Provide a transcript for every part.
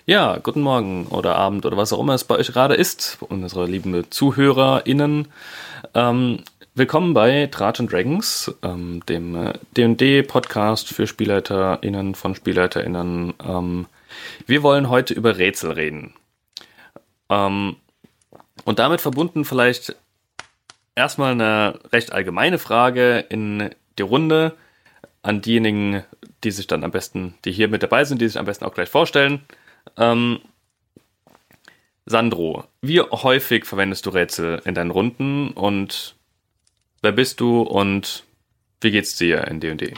Ja, guten Morgen oder Abend oder was auch immer es bei euch gerade ist, unsere lieben ZuhörerInnen. Willkommen bei Tratsch and Dragons, dem D&D-Podcast für SpielleiterInnen von SpielleiterInnen. Wir wollen heute über Rätsel reden. Und damit verbunden vielleicht erstmal eine recht allgemeine Frage in die Runde an diejenigen, die sich dann am besten, die hier mit dabei sind, die sich am besten auch gleich vorstellen. Sandro, wie häufig verwendest du Rätsel in deinen Runden und wer bist du und wie geht's dir in D&D?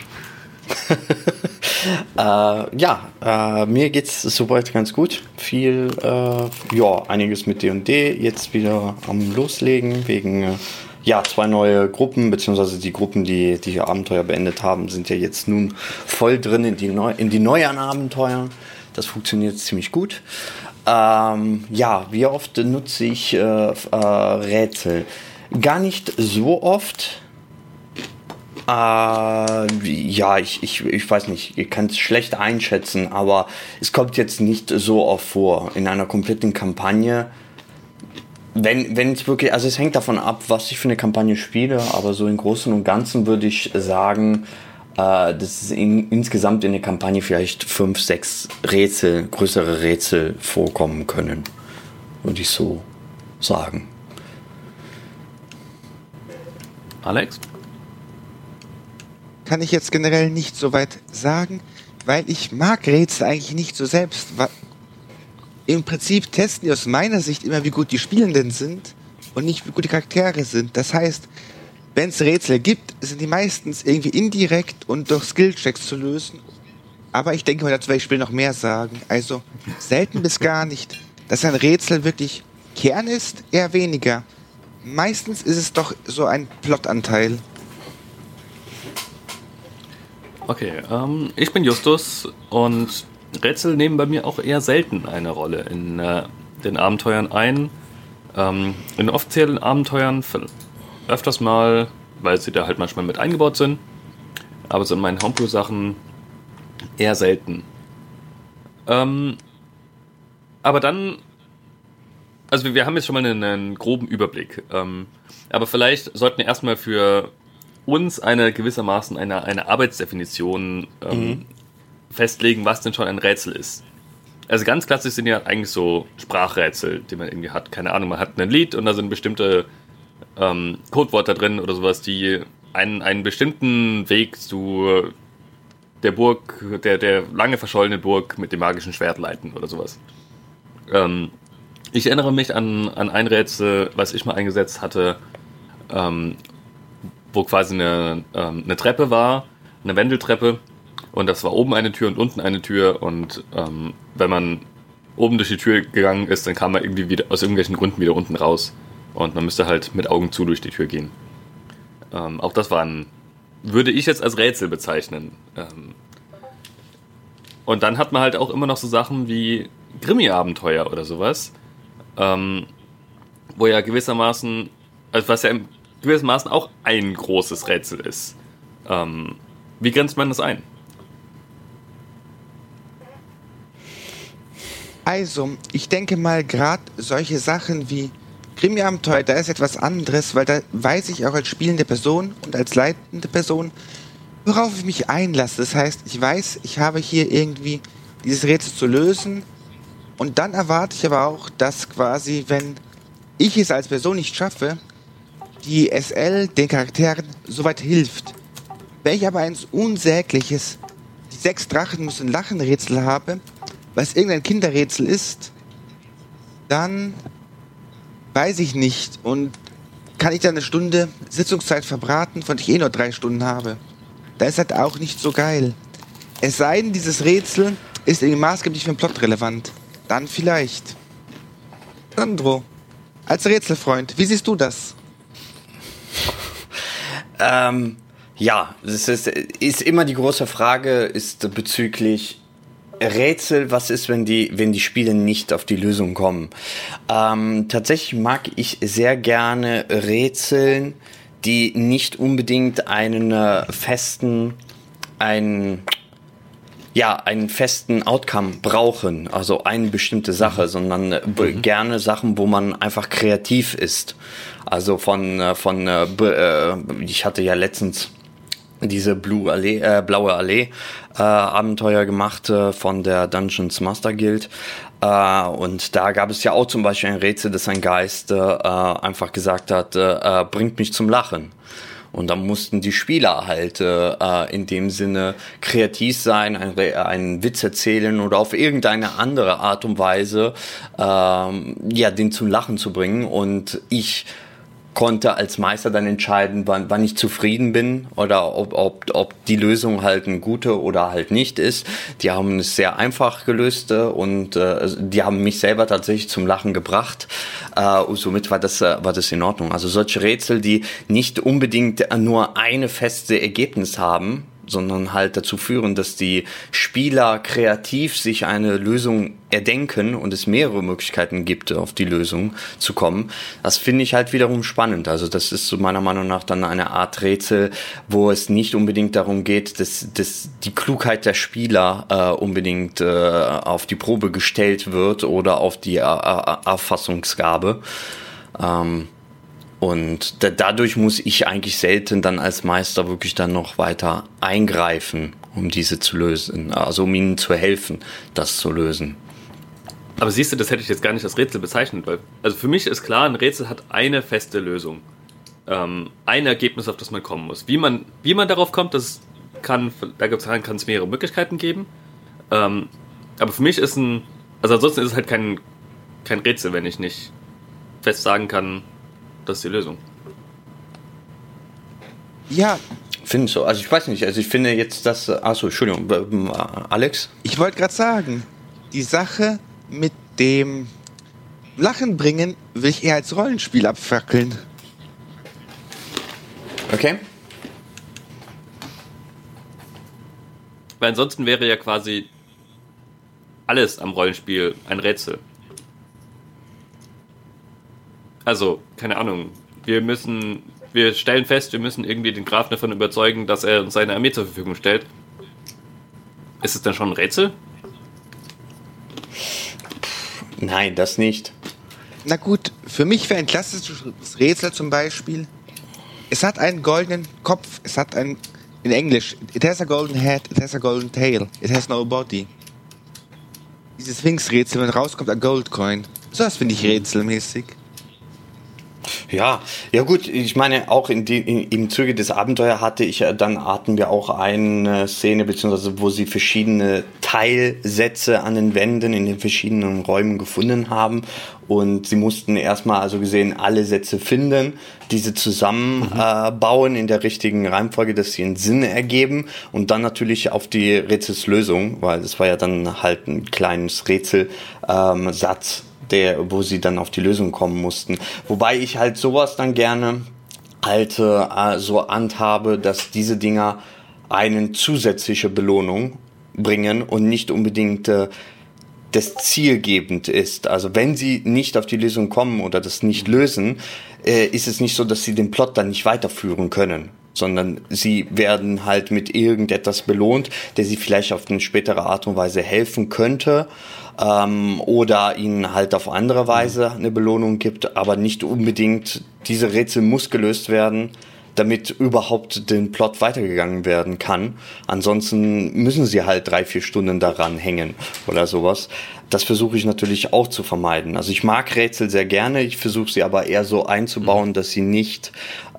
Mir geht's soweit ganz gut. Einiges mit D&D. Jetzt wieder am Loslegen wegen zwei neue Gruppen, beziehungsweise die Gruppen, die Abenteuer beendet haben, sind ja jetzt nun voll drin in die neuen Abenteuer. Das funktioniert ziemlich gut. Wie oft nutze ich Rätsel? Gar nicht so oft. Ich weiß nicht, ich kann es schlecht einschätzen, aber es kommt jetzt nicht so oft vor in einer kompletten Kampagne. Wenn es wirklich, also es hängt davon ab, was ich für eine Kampagne spiele, aber so im Großen und Ganzen würde ich sagen, dass es insgesamt in der Kampagne vielleicht 5, 6 größere Rätsel vorkommen können, würde ich so sagen. Alex? Kann ich jetzt generell nicht so weit sagen, weil ich mag Rätsel eigentlich nicht so selbst. Im Prinzip testen die aus meiner Sicht immer, wie gut die Spielenden sind und nicht, wie gut die Charaktere sind. Das heißt, wenn es Rätsel gibt, sind die meistens irgendwie indirekt und durch Skillchecks zu lösen. Aber ich denke mal, dazu werde ich später noch mehr sagen. Also selten bis gar nicht. Dass ein Rätsel wirklich Kern ist, eher weniger. Meistens ist es doch so ein Plotanteil. Okay, ich bin Justus und Rätsel nehmen bei mir auch eher selten eine Rolle in den Abenteuern ein. In offiziellen Abenteuern öfters mal, weil sie da halt manchmal mit eingebaut sind, aber so in meinen Homebrew-Sachen eher selten. Aber dann, also wir haben jetzt schon mal einen groben Überblick, aber vielleicht sollten wir erstmal für uns gewissermaßen eine Arbeitsdefinition festlegen, was denn schon ein Rätsel ist. Also ganz klassisch sind ja eigentlich so Sprachrätsel, die man irgendwie hat. Keine Ahnung, man hat ein Lied und da sind bestimmte Codewörter drin oder sowas, die einen bestimmten Weg zu der Burg, der lange verschollenen Burg mit dem magischen Schwert leiten oder sowas. Ich erinnere mich an ein Rätsel, was ich mal eingesetzt hatte, wo quasi eine Treppe war, eine Wendeltreppe, und das war oben eine Tür und unten eine Tür, und wenn man oben durch die Tür gegangen ist, dann kam man irgendwie wieder aus irgendwelchen Gründen wieder unten raus und man müsste halt mit Augen zu durch die Tür gehen. Auch das würde ich jetzt als Rätsel bezeichnen. Und dann hat man halt auch immer noch so Sachen wie Krimi-Abenteuer oder sowas, wo ja gewissermaßen, also was ja gewissermaßen auch ein großes Rätsel ist. Wie grenzt man das ein? Also, ich denke mal, gerade solche Sachen wie Krimi-Abenteuer, da ist etwas anderes, weil da weiß ich auch als spielende Person und als leitende Person, worauf ich mich einlasse. Das heißt, ich weiß, ich habe hier irgendwie dieses Rätsel zu lösen, und dann erwarte ich aber auch, dass quasi, wenn ich es als Person nicht schaffe, die SL den Charakteren soweit hilft. Wenn ich aber ein unsägliches, die 6 Drachen müssen lachen Rätsel habe, was irgendein Kinderrätsel ist, dann weiß ich nicht, und kann ich dann eine Stunde Sitzungszeit verbraten, von der ich nur 3 Stunden habe. Da ist halt auch nicht so geil. Es sei denn, dieses Rätsel ist irgendwie maßgeblich für den Plot relevant. Dann vielleicht. Sandro, als Rätselfreund, wie siehst du das? Das ist immer die große Frage, ist bezüglich Rätsel, was ist, wenn die Spiele nicht auf die Lösung kommen. Tatsächlich mag ich sehr gerne Rätseln, die nicht unbedingt einen festen, ja, einen festen Outcome brauchen, also eine bestimmte Sache, sondern gerne Sachen, wo man einfach kreativ ist. Also ich hatte ja letztens diese blaue Allee Abenteuer gemacht von der Dungeons Master Guild. Und da gab es ja auch zum Beispiel ein Rätsel, dass ein Geist einfach gesagt hat, bringt mich zum Lachen. Und dann mussten die Spieler halt in dem Sinne kreativ sein, einen Witz erzählen oder auf irgendeine andere Art und Weise den zum Lachen zu bringen. Und ich konnte als Meister dann entscheiden, wann ich zufrieden bin oder ob die Lösung halt eine gute oder halt nicht ist. Die haben es sehr einfach gelöst und die haben mich selber tatsächlich zum Lachen gebracht. Und somit war das in Ordnung. Also solche Rätsel, die nicht unbedingt nur eine feste Ergebnis haben, sondern halt dazu führen, dass die Spieler kreativ sich eine Lösung erdenken und es mehrere Möglichkeiten gibt, auf die Lösung zu kommen. Das finde ich halt wiederum spannend. Also das ist so meiner Meinung nach dann eine Art Rätsel, wo es nicht unbedingt darum geht, dass die Klugheit der Spieler unbedingt auf die Probe gestellt wird oder auf die Auffassungsgabe. Und dadurch muss ich eigentlich selten dann als Meister wirklich dann noch weiter eingreifen, um diese zu lösen. Also um ihnen zu helfen, das zu lösen. Aber siehst du, das hätte ich jetzt gar nicht als Rätsel bezeichnet, weil, also für mich ist klar, ein Rätsel hat eine feste Lösung. Ein Ergebnis, auf das man kommen muss. Wie man darauf kommt, da kann es mehrere Möglichkeiten geben. Aber für mich ist also ansonsten ist es halt kein Rätsel, wenn ich nicht fest sagen kann, das ist die Lösung. Ja. Finde ich so. Also ich weiß nicht, also ich finde jetzt das... Achso, Entschuldigung, Alex? Ich wollte gerade sagen, die Sache mit dem Lachen bringen will ich eher als Rollenspiel abfackeln. Okay. Weil ansonsten wäre ja quasi alles am Rollenspiel ein Rätsel. Also, keine Ahnung, wir stellen fest, wir müssen irgendwie den Grafen davon überzeugen, dass er uns seine Armee zur Verfügung stellt. Ist es dann schon ein Rätsel? Nein, das nicht. Na gut, für mich wäre ein klassisches Rätsel zum Beispiel, es hat einen goldenen Kopf, es hat in Englisch, it has a golden head, it has a golden tail, it has no body. Dieses Sphinx-Rätsel, wenn rauskommt, ein Goldcoin. So, das finde ich rätselmäßig. Ja gut, ich meine, auch im Zuge des Abenteuers hatten wir auch eine Szene, beziehungsweise wo sie verschiedene Teilsätze an den Wänden in den verschiedenen Räumen gefunden haben und sie mussten erstmal, also gesehen, alle Sätze finden, diese zusammenbauen in der richtigen Reihenfolge, dass sie einen Sinn ergeben und dann natürlich auf die Rätselslösung, weil das war ja dann halt ein kleines Rätselsatz, wo sie dann auf die Lösung kommen mussten. Wobei ich halt sowas dann gerne halt so handhabe, dass diese Dinger eine zusätzliche Belohnung bringen und nicht unbedingt das zielgebend ist. Also wenn sie nicht auf die Lösung kommen oder das nicht lösen, ist es nicht so, dass sie den Plot dann nicht weiterführen können, sondern sie werden halt mit irgendetwas belohnt, der sie vielleicht auf eine spätere Art und Weise helfen könnte, oder ihnen halt auf andere Weise eine Belohnung gibt, aber nicht unbedingt diese Rätsel muss gelöst werden, damit überhaupt den Plot weitergegangen werden kann. Ansonsten müssen sie halt 3-4 Stunden daran hängen oder sowas. Das versuche ich natürlich auch zu vermeiden. Also ich mag Rätsel sehr gerne, ich versuche sie aber eher so einzubauen, dass sie nicht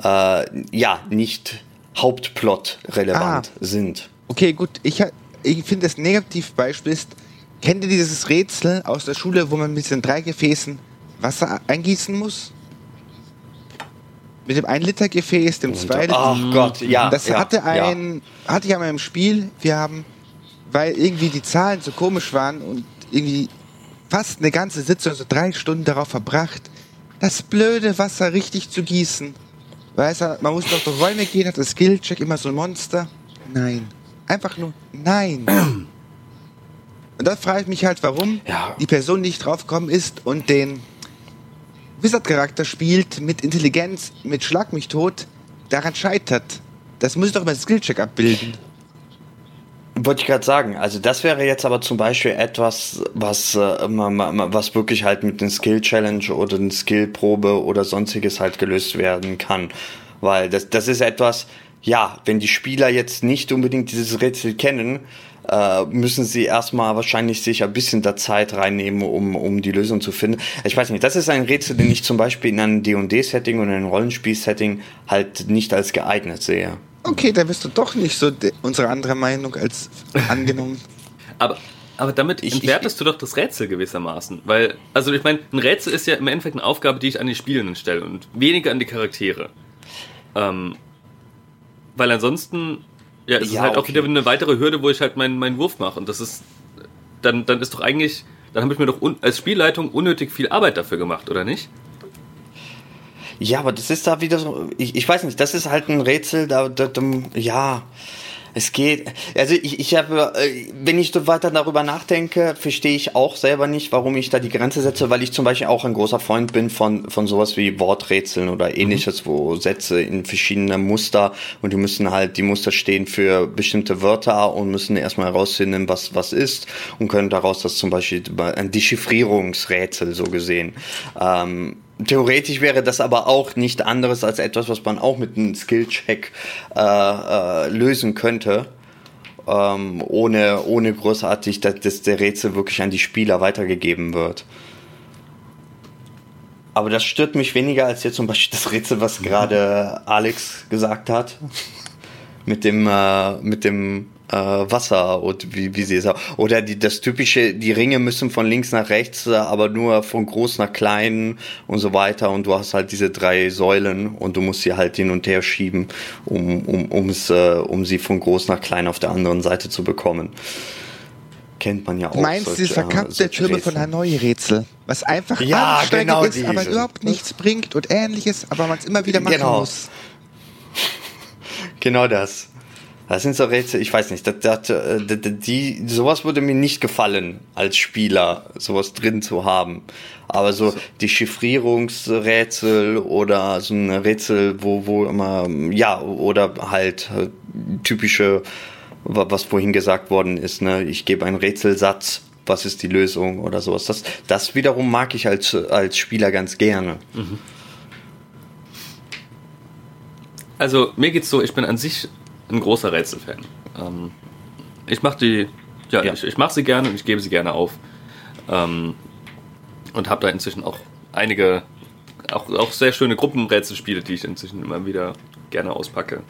Hauptplot relevant sind. Okay, gut. Ich finde, das Negativbeispiel ist, kennt ihr dieses Rätsel aus der Schule, wo man mit den 3 Gefäßen Wasser eingießen muss? Mit dem 1-Liter-Gefäß, dem 2-Liter. Ach Gott, ja. Das hatte ich einmal im Spiel. Wir haben, weil irgendwie die Zahlen so komisch waren und irgendwie fast eine ganze Sitzung, so 3 Stunden darauf verbracht, das blöde Wasser richtig zu gießen. Man muss doch durch Räume gehen, hat das Skill-Check immer so ein Monster. Nein. Einfach nur nein. Und da frage ich mich halt, warum die Person nicht draufgekommen ist und den Wizard-Charakter spielt mit Intelligenz, mit Schlag mich tot, daran scheitert. Das muss doch mal Skill-Check abbilden. Wollte ich gerade sagen, also das wäre jetzt aber zum Beispiel etwas, was wirklich halt mit einer Skill-Challenge oder einer Skill-Probe oder sonstiges halt gelöst werden kann. Weil das ist etwas, ja, wenn die Spieler jetzt nicht unbedingt dieses Rätsel kennen, müssen sie erstmal wahrscheinlich sich ein bisschen da Zeit reinnehmen, um die Lösung zu finden. Ich weiß nicht, das ist ein Rätsel, den ich zum Beispiel in einem D&D-Setting oder in einem Rollenspiel-Setting halt nicht als geeignet sehe. Okay, da bist du doch nicht so unsere andere Meinung als angenommen. Aber damit entwertest du doch das Rätsel gewissermaßen. Weil, also ich meine, ein Rätsel ist ja im Endeffekt eine Aufgabe, die ich an die Spielenden stelle und weniger an die Charaktere. Weil ansonsten, ja, ist es halt auch wieder eine weitere Hürde, wo ich halt meinen Wurf mache. Und das ist, dann ist doch eigentlich, dann habe ich mir doch als Spielleitung unnötig viel Arbeit dafür gemacht, oder nicht? Ja, aber das ist da wieder so, ich weiß nicht, das ist halt ein Rätsel, ja, es geht, also ich habe, wenn ich so weiter darüber nachdenke, verstehe ich auch selber nicht, warum ich da die Grenze setze, weil ich zum Beispiel auch ein großer Freund bin von sowas wie Worträtseln oder ähnliches, wo Sätze in verschiedene Muster und die müssen halt, die Muster stehen für bestimmte Wörter und müssen erstmal herausfinden, was ist und können daraus das zum Beispiel ein Dechiffrierungsrätsel so gesehen. Theoretisch wäre das aber auch nicht anderes als etwas, was man auch mit einem Skill-Check lösen könnte, ohne großartig, dass der Rätsel wirklich an die Spieler weitergegeben wird. Aber das stört mich weniger als jetzt zum Beispiel das Rätsel, was gerade Alex gesagt hat, mit dem Wasser und wie sie es auch. Oder das typische, die Ringe müssen von links nach rechts, aber nur von groß nach klein und so weiter. Und du hast halt diese 3 Säulen und du musst sie halt hin und her schieben, um sie von groß nach klein auf der anderen Seite zu bekommen. Kennt man ja auch. Meinst du diese verkappte Türme von Hanoi-Rätsel? Was einfach anstrengend genau ist, aber überhaupt nichts bringt und ähnliches, aber man es immer wieder machen muss. Genau das. Das sind so Rätsel, ich weiß nicht, sowas würde mir nicht gefallen, als Spieler sowas drin zu haben. Aber so die Chiffrierungsrätsel oder so ein Rätsel, wo immer, ja, oder halt typische, was vorhin gesagt worden ist, ne, ich gebe einen Rätselsatz, was ist die Lösung oder sowas. Das wiederum mag ich als Spieler ganz gerne. Mhm. Also mir geht's so, ich bin an sich ein großer Rätselfan. Ich mache ich mache sie gerne und ich gebe sie gerne auf. Und habe da inzwischen auch einige, auch sehr schöne Gruppenrätselspiele, die ich inzwischen immer wieder gerne auspacke.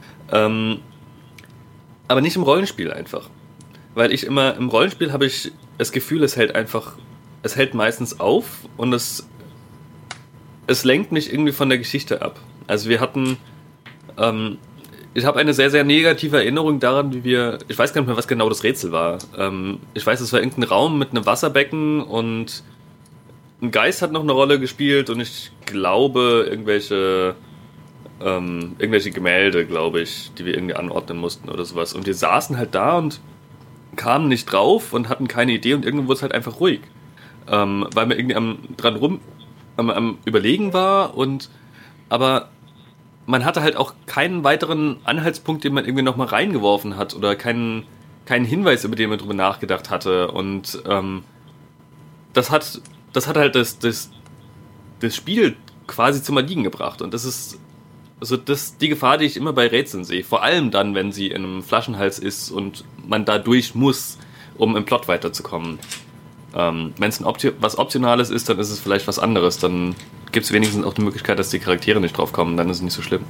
Aber nicht im Rollenspiel einfach. Weil im Rollenspiel habe ich das Gefühl, es hält meistens auf und es lenkt mich irgendwie von der Geschichte ab. Also wir hatten, ich habe eine sehr, sehr negative Erinnerung daran, ich weiß gar nicht mehr, was genau das Rätsel war. Ich weiß, es war irgendein Raum mit einem Wasserbecken und ein Geist hat noch eine Rolle gespielt und ich glaube, irgendwelche Gemälde, glaube ich, die wir irgendwie anordnen mussten oder sowas. Und wir saßen halt da und kamen nicht drauf und hatten keine Idee und irgendwann wurde es halt einfach ruhig. Weil man irgendwie am Überlegen war aber man hatte halt auch keinen weiteren Anhaltspunkt, den man irgendwie nochmal reingeworfen hat oder keinen Hinweis, über den man drüber nachgedacht hatte. Und das hat halt das Spiel quasi zum Erliegen gebracht. Und das ist die Gefahr, die ich immer bei Rätseln sehe. Vor allem dann, wenn sie in einem Flaschenhals ist und man da durch muss, um im Plot weiterzukommen. Wenn es was Optionales ist, dann ist es vielleicht was anderes. Dann gibt es wenigstens auch die Möglichkeit, dass die Charaktere nicht drauf kommen. Dann ist es nicht so schlimm.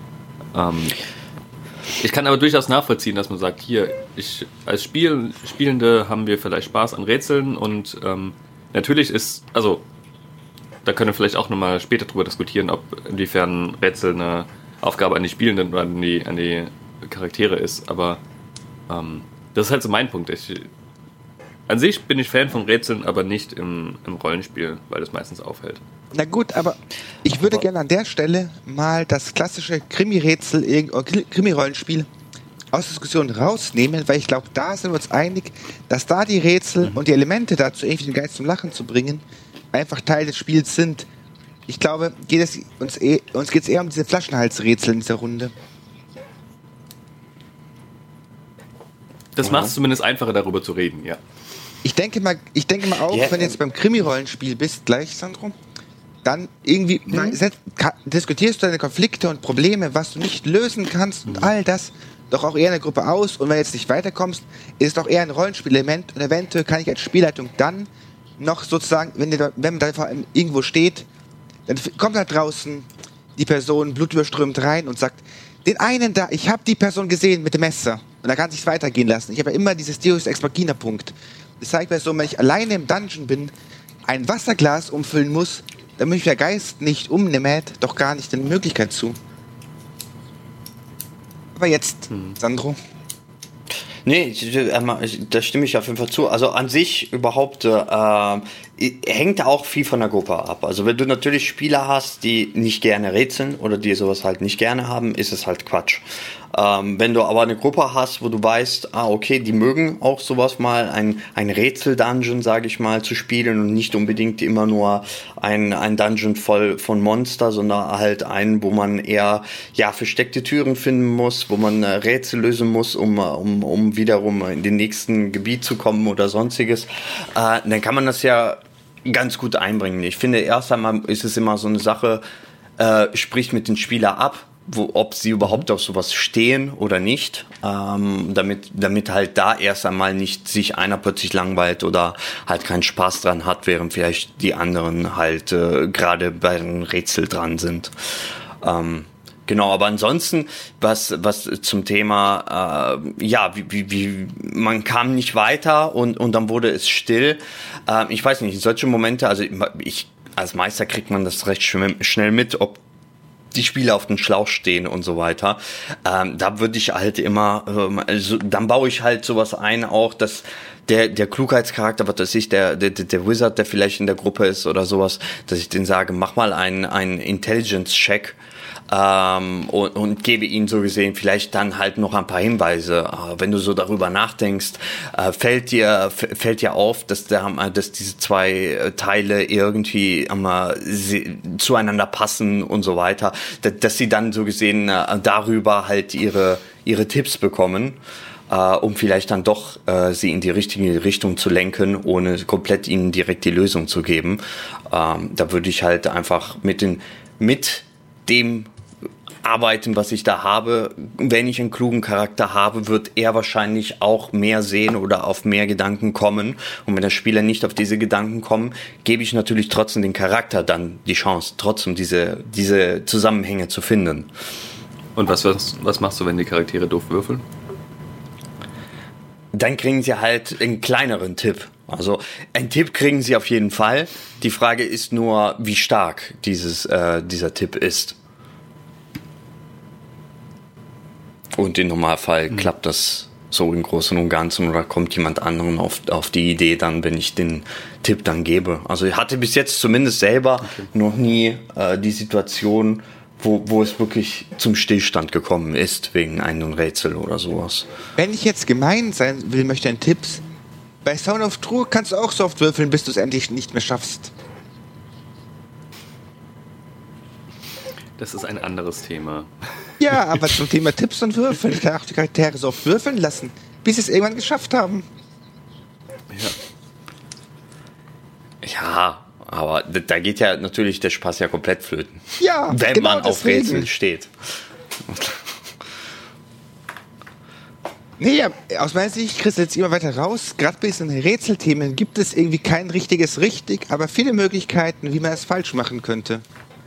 Ich kann aber durchaus nachvollziehen, dass man sagt, hier, als Spielende haben wir vielleicht Spaß an Rätseln und natürlich da können wir vielleicht auch nochmal später drüber diskutieren, inwiefern Rätsel eine Aufgabe an die Spielenden oder an die Charaktere ist. Aber das ist halt so mein Punkt. An sich bin ich Fan von Rätseln, aber nicht im Rollenspiel, weil das meistens aufhält. Na gut, aber ich würde gerne an der Stelle mal das klassische Krimi-Rollenspiel aus Diskussion rausnehmen, weil ich glaube, da sind wir uns einig, dass da die Rätsel und die Elemente dazu, irgendwie den Geist zum Lachen zu bringen, einfach Teil des Spiels sind. Ich glaube, uns geht es eher um diese Flaschenhalsrätsel in dieser Runde. Das macht es zumindest einfacher, darüber zu reden, ja. Ich denke mal auch, wenn du jetzt beim Krimi-Rollenspiel bist, gleich, Sandro, dann irgendwie diskutierst du deine Konflikte und Probleme, was du nicht lösen kannst und all das doch auch eher in der Gruppe aus. Und wenn du jetzt nicht weiterkommst, ist es doch eher ein Rollenspielelement. Und eventuell kann ich als Spielleitung dann noch sozusagen, wenn man da vor allem irgendwo steht, dann kommt da draußen die Person blutüberströmt rein und sagt, den einen da, ich habe die Person gesehen mit dem Messer. Und da kann es sich weitergehen lassen. Ich habe ja immer dieses Deus Ex Machina Punkt. Das zeigt mir so, wenn ich alleine im Dungeon bin, ein Wasserglas umfüllen muss, damit mich der Geist nicht umnimmt, doch gar nicht eine Möglichkeit zu. Aber jetzt, Sandro. Nee, da stimme ich auf jeden Fall zu. Also an sich überhaupt hängt auch viel von der Gruppe ab. Also wenn du natürlich Spieler hast, die nicht gerne rätseln oder die sowas halt nicht gerne haben, ist es halt Quatsch. Wenn du aber eine Gruppe hast, wo du weißt, okay, die mögen auch sowas mal, ein Rätsel-Dungeon, sage ich mal, zu spielen und nicht unbedingt immer nur ein Dungeon voll von Monster, sondern halt einen, wo man eher versteckte Türen finden muss, wo man Rätsel lösen muss, um wiederum in den nächsten Gebiet zu kommen oder sonstiges, dann kann man das ja ganz gut einbringen. Ich finde, erst einmal ist es immer so eine Sache, sprich mit den Spielern ab, ob sie überhaupt auf sowas stehen oder nicht, damit halt da erst einmal nicht sich einer plötzlich langweilt oder halt keinen Spaß dran hat, während vielleicht die anderen halt gerade bei einem Rätsel dran sind. Genau, aber ansonsten, was zum Thema, wie man kam nicht weiter und dann wurde es still. Ich weiß nicht, in solchen Momente, also ich als Meister kriegt man das recht schnell mit, ob die Spieler auf den Schlauch stehen und so weiter. Da würde ich halt immer, dann baue ich halt sowas ein, auch dass der Klugheitscharakter, was weiß ich, der Wizard, der vielleicht in der Gruppe ist oder sowas, dass ich den sage, mach mal einen Intelligence-Check, und gebe ihnen so gesehen vielleicht dann halt noch ein paar Hinweise. Wenn du so darüber nachdenkst, fällt dir auf, dass diese zwei Teile irgendwie zueinander passen und so weiter, dass sie dann so gesehen darüber halt ihre Tipps bekommen, um vielleicht dann doch sie in die richtige Richtung zu lenken, ohne komplett ihnen direkt die Lösung zu geben. Da würde ich halt einfach mit dem arbeiten, was ich da habe. Wenn ich einen klugen Charakter habe, wird er wahrscheinlich auch mehr sehen oder auf mehr Gedanken kommen. Und wenn der Spieler nicht auf diese Gedanken kommt, gebe ich natürlich trotzdem den Charakter dann die Chance, trotzdem diese Zusammenhänge zu finden. Und was machst du, wenn die Charaktere doof würfeln? Dann kriegen sie halt einen kleineren Tipp. Also einen Tipp kriegen sie auf jeden Fall. Die Frage ist nur, wie stark dieser Tipp ist. Und im Normalfall klappt das so im Großen und Ganzen oder kommt jemand anderen auf die Idee dann, wenn ich den Tipp dann gebe. Also ich hatte bis jetzt zumindest selber noch nie die Situation, wo es wirklich zum Stillstand gekommen ist, wegen einem Rätsel oder sowas. Wenn ich jetzt gemein sein will, möchte ein Tipps. Bei Sound of True kannst du auch so oft würfeln, bis du es endlich nicht mehr schaffst. Das ist ein anderes Thema. Ja, aber zum Thema Tipps und Würfeln. Ich kann auch die Charaktere so oft würfeln lassen, bis sie es irgendwann geschafft haben. Ja, aber da geht ja natürlich der Spaß ja komplett flöten. Ja, wenn genau man auf deswegen. Rätsel steht. Nee, ja, aus meiner Sicht kriegst du jetzt immer weiter raus. Gerade bei diesen Rätselthemen gibt es irgendwie kein richtiges Richtig, aber viele Möglichkeiten, wie man es falsch machen könnte.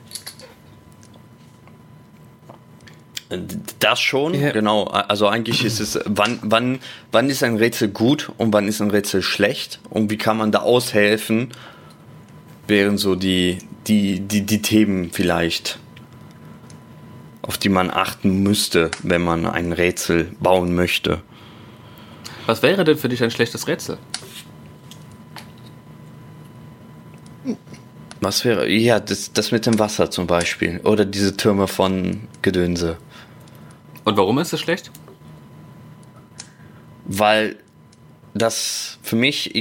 Das schon, genau. Also eigentlich ist es, wann ist ein Rätsel gut und wann ist ein Rätsel schlecht und wie kann man da aushelfen, wären so die Themen vielleicht, auf die man achten müsste, wenn man ein Rätsel bauen möchte. Was wäre denn für dich ein schlechtes Rätsel? Was wäre, ja, das mit dem Wasser zum Beispiel oder diese Türme von Gedönse. Und warum ist es schlecht? Weil das für mich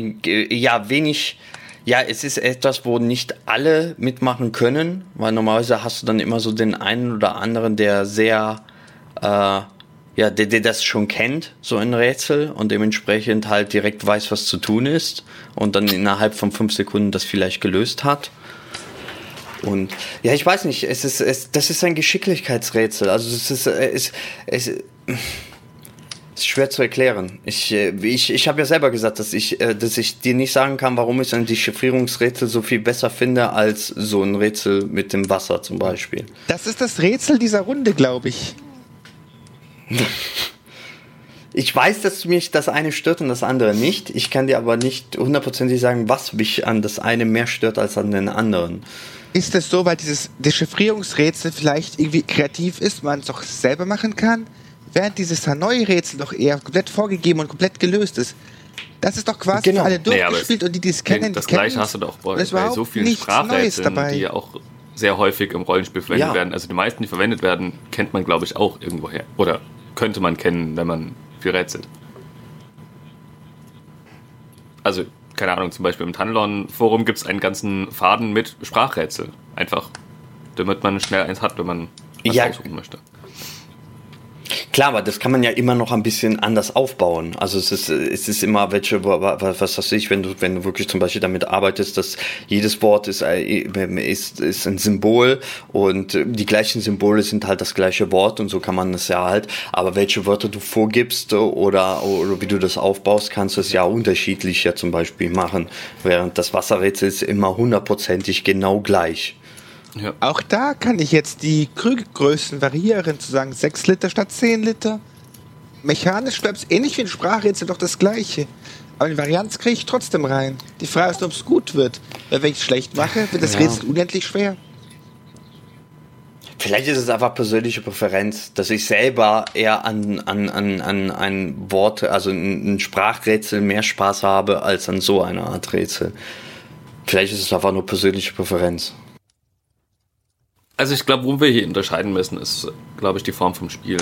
es ist etwas, wo nicht alle mitmachen können, weil normalerweise hast du dann immer so den einen oder anderen, der sehr der das schon kennt, so ein Rätsel, und dementsprechend halt direkt weiß, was zu tun ist und dann innerhalb von 5 Sekunden das vielleicht gelöst hat. Und ja, ich weiß nicht, das ist ein Geschicklichkeitsrätsel. Also es ist schwer zu erklären. Ich habe ja selber gesagt, dass ich dir nicht sagen kann, warum ich ein Dechiffrierungsrätsel so viel besser finde als so ein Rätsel mit dem Wasser zum Beispiel. Das ist das Rätsel dieser Runde, glaube ich. Ich weiß, dass mich das eine stört und das andere nicht. Ich kann dir aber nicht hundertprozentig sagen, was mich an das eine mehr stört als an den anderen. Ist es so, weil dieses Dechiffrierungsrätsel vielleicht irgendwie kreativ ist, man es doch selber machen kann, während dieses Hanoi-Rätsel doch eher komplett vorgegeben und komplett gelöst ist? Das ist doch quasi für alle durchgespielt und die es kennen. Das Gleiche hast du doch bei so vielen Sprachrätseln, die ja auch sehr häufig im Rollenspiel verwendet werden. Also die meisten, die verwendet werden, kennt man, glaube ich, auch irgendwoher. Oder könnte man kennen, wenn man viel rätselt. Also keine Ahnung, zum Beispiel im Tanlon-Forum gibt es einen ganzen Faden mit Sprachrätsel. Einfach, damit man schnell eins hat, wenn man was aussuchen möchte. Klar, aber das kann man ja immer noch ein bisschen anders aufbauen. Also es ist immer was weiß ich, wenn du wirklich zum Beispiel damit arbeitest, dass jedes Wort ist ein Symbol und die gleichen Symbole sind halt das gleiche Wort und so kann man das ja halt. Aber welche Wörter du vorgibst oder wie du das aufbaust, kannst du es ja unterschiedlich ja zum Beispiel machen. Während das Wasserrätsel ist immer 100%ig genau gleich. Ja. Auch da kann ich jetzt die Krügelgrößen variieren, zu sagen 6 Liter statt 10 Liter. Mechanisch bleibt es ähnlich wie ein Sprachrätsel doch das gleiche. Aber die Varianz kriege ich trotzdem rein. Die Frage ist nur, ob es gut wird. Weil wenn ich es schlecht mache, wird das Rätsel unendlich schwer. Vielleicht ist es einfach persönliche Präferenz, dass ich selber eher an ein Wort, also ein Sprachrätsel mehr Spaß habe, als an so einer Art Rätsel. Vielleicht ist es einfach nur persönliche Präferenz. Also ich glaube, wo wir hier unterscheiden müssen, ist, glaube ich, die Form vom Spiel.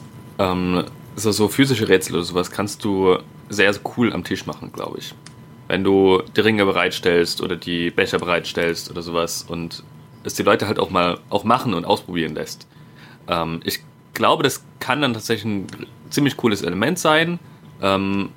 So physische Rätsel oder sowas kannst du sehr, sehr cool am Tisch machen, glaube ich. Wenn du die Ringe bereitstellst oder die Becher bereitstellst oder sowas und es die Leute halt auch machen und ausprobieren lässt. Ich glaube, das kann dann tatsächlich ein ziemlich cooles Element sein. Dann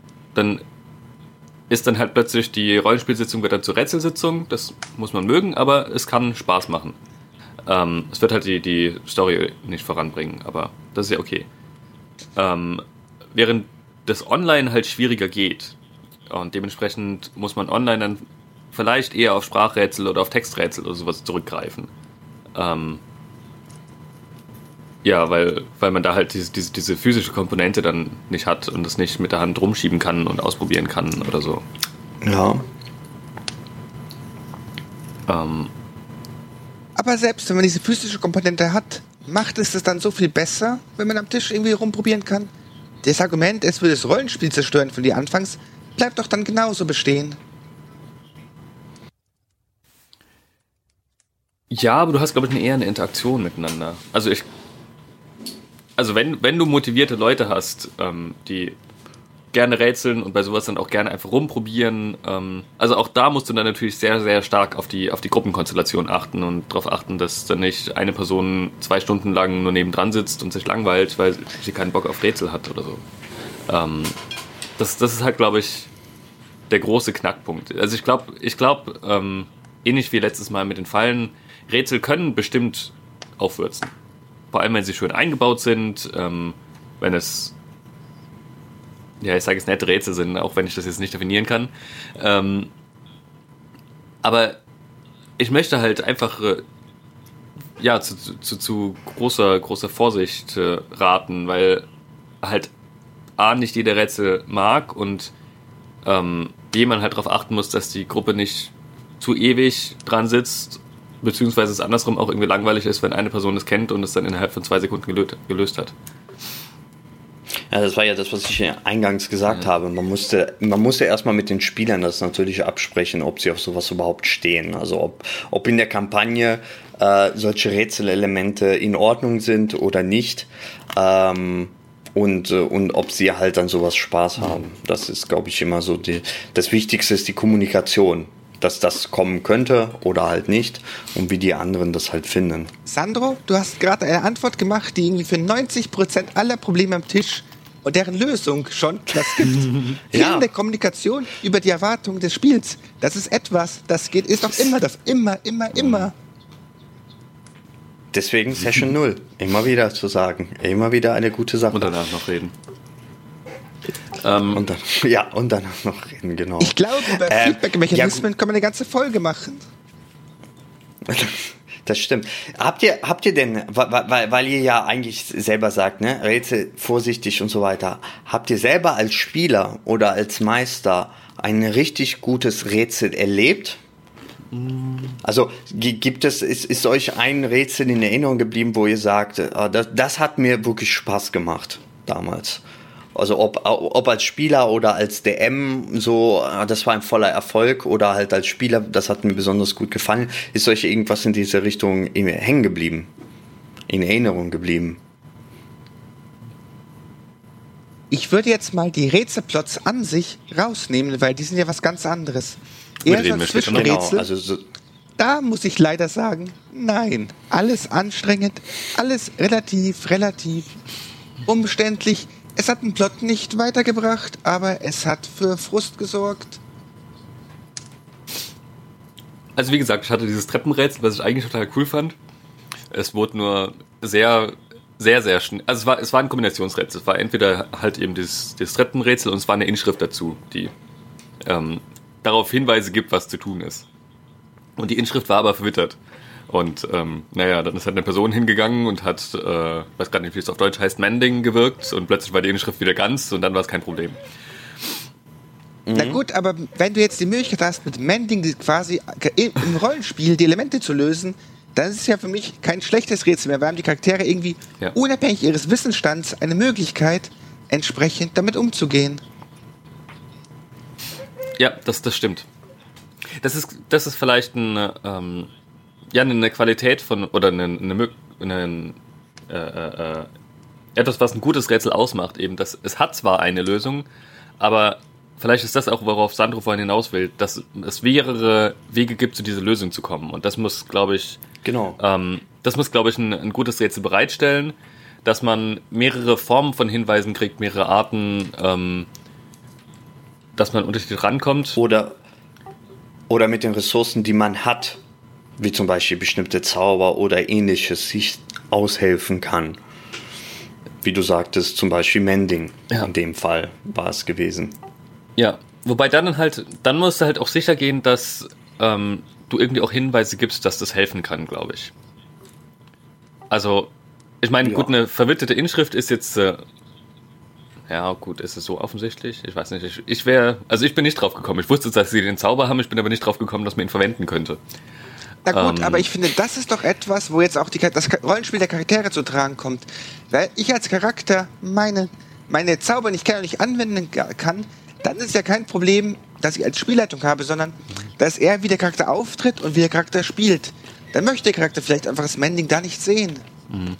ist dann halt plötzlich die Rollenspielsitzung wird dann zur Rätselsitzung. Das muss man mögen, aber es kann Spaß machen. Es wird halt die Story nicht voranbringen, aber das ist ja okay. Während das Online halt schwieriger geht und dementsprechend muss man online dann vielleicht eher auf Sprachrätsel oder auf Texträtsel oder sowas zurückgreifen. Ja, weil man da halt diese physische Komponente dann nicht hat und das nicht mit der Hand rumschieben kann und ausprobieren kann oder so. Ja. Aber selbst wenn man diese physische Komponente hat, macht es das dann so viel besser, wenn man am Tisch irgendwie rumprobieren kann? Das Argument, es würde das Rollenspiel zerstören von dir anfangs, bleibt doch dann genauso bestehen. Ja, aber du hast, glaube ich, eher eine Interaktion miteinander. Also wenn du motivierte Leute hast, die gerne rätseln und bei sowas dann auch gerne einfach rumprobieren, also auch da musst du dann natürlich sehr, sehr stark auf die Gruppenkonstellation achten und darauf achten, dass dann nicht eine Person 2 Stunden lang nur nebendran sitzt und sich langweilt, weil sie keinen Bock auf Rätsel hat oder so. Das ist halt, glaube ich, der große Knackpunkt. Also ich glaube, ähnlich wie letztes Mal mit den Fallen, Rätsel können bestimmt aufwürzen. Vor allem, wenn sie schön eingebaut sind, wenn es, ja, ich sage es nette Rätsel sind, auch wenn ich das jetzt nicht definieren kann. Aber ich möchte halt einfach zu großer Vorsicht raten, weil halt nicht jeder Rätsel mag und man halt darauf achten muss, dass die Gruppe nicht zu ewig dran sitzt, beziehungsweise es andersrum auch irgendwie langweilig ist, wenn eine Person es kennt und es dann innerhalb von 2 Sekunden gelöst hat. Ja, das war ja das, was ich eingangs gesagt habe. Man musste erstmal mit den Spielern das natürlich absprechen, ob sie auf sowas überhaupt stehen. Also ob in der Kampagne solche Rätselelemente in Ordnung sind oder nicht. Und ob sie halt an sowas Spaß haben. Das ist, glaube ich, immer so das Wichtigste ist die Kommunikation. dass das kommen könnte oder halt nicht und wie die anderen das halt finden. Sandro, du hast gerade eine Antwort gemacht, die irgendwie für 90% aller Probleme am Tisch und deren Lösung schon das gibt. Fehlende Kommunikation über die Erwartung des Spiels. Das ist etwas, das ist doch immer das. Immer. Deswegen Session 0. Immer wieder zu sagen. Immer wieder eine gute Sache. Und danach noch reden. Und danach noch reden, genau. Ich glaube, über Feedback-Mechanismen kann man eine ganze Folge machen. Das stimmt. Habt ihr denn, weil ihr ja eigentlich selber sagt, ne, Rätsel vorsichtig und so weiter, habt ihr selber als Spieler oder als Meister ein richtig gutes Rätsel erlebt? Also ist euch ein Rätsel in Erinnerung geblieben, wo ihr sagt, das hat mir wirklich Spaß gemacht damals? Also ob als Spieler oder als DM, so, das war ein voller Erfolg, oder halt als Spieler, das hat mir besonders gut gefallen. Ist euch irgendwas in diese Richtung hängen geblieben? In Erinnerung geblieben? Ich würde jetzt mal die Rätselplots an sich rausnehmen, weil die sind ja was ganz anderes. Eher so Zwischenrätsel. Genau, also da muss ich leider sagen, nein. Alles anstrengend, alles relativ umständlich. Es hat den Plot nicht weitergebracht, aber es hat für Frust gesorgt. Also wie gesagt, ich hatte dieses Treppenrätsel, was ich eigentlich total cool fand. Es wurde nur sehr schnell. Also es war ein Kombinationsrätsel. Es war entweder halt eben das Treppenrätsel und es war eine Inschrift dazu, die darauf Hinweise gibt, was zu tun ist. Und die Inschrift war aber verwittert. Und dann ist halt eine Person hingegangen und hat, weiß gar nicht, wie es auf Deutsch heißt, Mending gewirkt und plötzlich war die Inschrift wieder ganz und dann war es kein Problem. Na gut, aber wenn du jetzt die Möglichkeit hast, mit Mending quasi im Rollenspiel die Elemente zu lösen, dann ist es ja für mich kein schlechtes Rätsel mehr. Wir haben die Charaktere irgendwie unabhängig ihres Wissensstands eine Möglichkeit, entsprechend damit umzugehen. Ja, das stimmt. Das ist vielleicht eine Qualität von, oder etwas, was ein gutes Rätsel ausmacht, eben, dass es hat zwar eine Lösung, aber vielleicht ist das auch, worauf Sandro vorhin hinaus will, dass es mehrere Wege gibt, zu dieser Lösung zu kommen. Und das muss, glaube ich, ein gutes Rätsel bereitstellen, dass man mehrere Formen von Hinweisen kriegt, mehrere Arten, dass man unterschiedlich rankommt. Oder mit den Ressourcen, die man hat, wie zum Beispiel bestimmte Zauber oder ähnliches, sich aushelfen kann. Wie du sagtest, zum Beispiel Mending. Ja. In dem Fall war es gewesen. Ja, wobei dann musst du halt auch sicher gehen, dass du irgendwie auch Hinweise gibst, dass das helfen kann, glaube ich. Also, ich meine, gut, eine verwitterte Inschrift ist jetzt ist es so offensichtlich? Ich weiß nicht. Ich bin nicht drauf gekommen. Ich wusste, dass sie den Zauber haben, ich bin aber nicht drauf gekommen, dass man ihn verwenden könnte. Na gut, aber ich finde, das ist doch etwas, wo jetzt auch das Rollenspiel der Charaktere zu tragen kommt. Weil ich als Charakter meine Zauber nicht kenne und nicht anwenden kann, dann ist es ja kein Problem, dass ich als Spielleitung habe, sondern dass er, wie der Charakter auftritt und wie der Charakter spielt. Dann möchte der Charakter vielleicht einfach das Mending da nicht sehen. Mhm.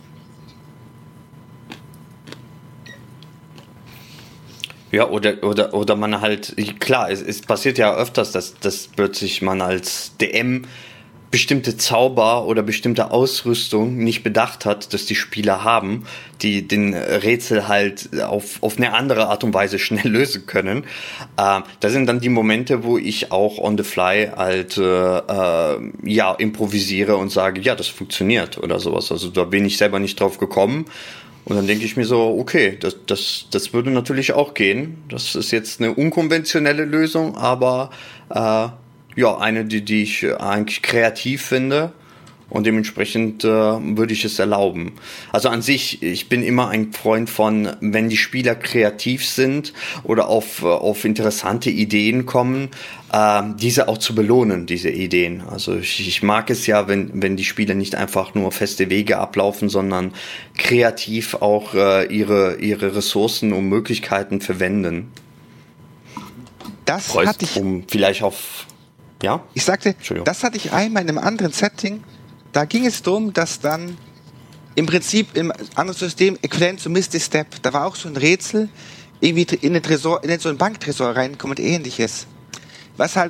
Ja, oder man halt, klar, es passiert ja öfters, dass plötzlich man als DM bestimmte Zauber oder bestimmte Ausrüstung nicht bedacht hat, dass die Spieler haben, die den Rätsel halt auf eine andere Art und Weise schnell lösen können. Da sind dann die Momente, wo ich auch on the fly halt improvisiere und sage, ja, das funktioniert oder sowas. Also da bin ich selber nicht drauf gekommen. Und dann denke ich mir so, okay, das würde natürlich auch gehen. Das ist jetzt eine unkonventionelle Lösung, aber eine, die ich eigentlich kreativ finde. Und dementsprechend würde ich es erlauben. Also an sich, ich bin immer ein Freund von, wenn die Spieler kreativ sind oder auf interessante Ideen kommen, diese auch zu belohnen, diese Ideen. Also ich mag es ja, wenn die Spieler nicht einfach nur feste Wege ablaufen, sondern kreativ auch ihre Ressourcen und Möglichkeiten verwenden. Das hatte ich... Um vielleicht auf... Ja? Ich sagte, das hatte ich einmal in einem anderen Setting. Da ging es darum, dass dann im Prinzip im anderen System äquivalent zu Misty Step, da war auch so ein Rätsel, irgendwie in so einen Banktresor reinkommen und ähnliches. Was halt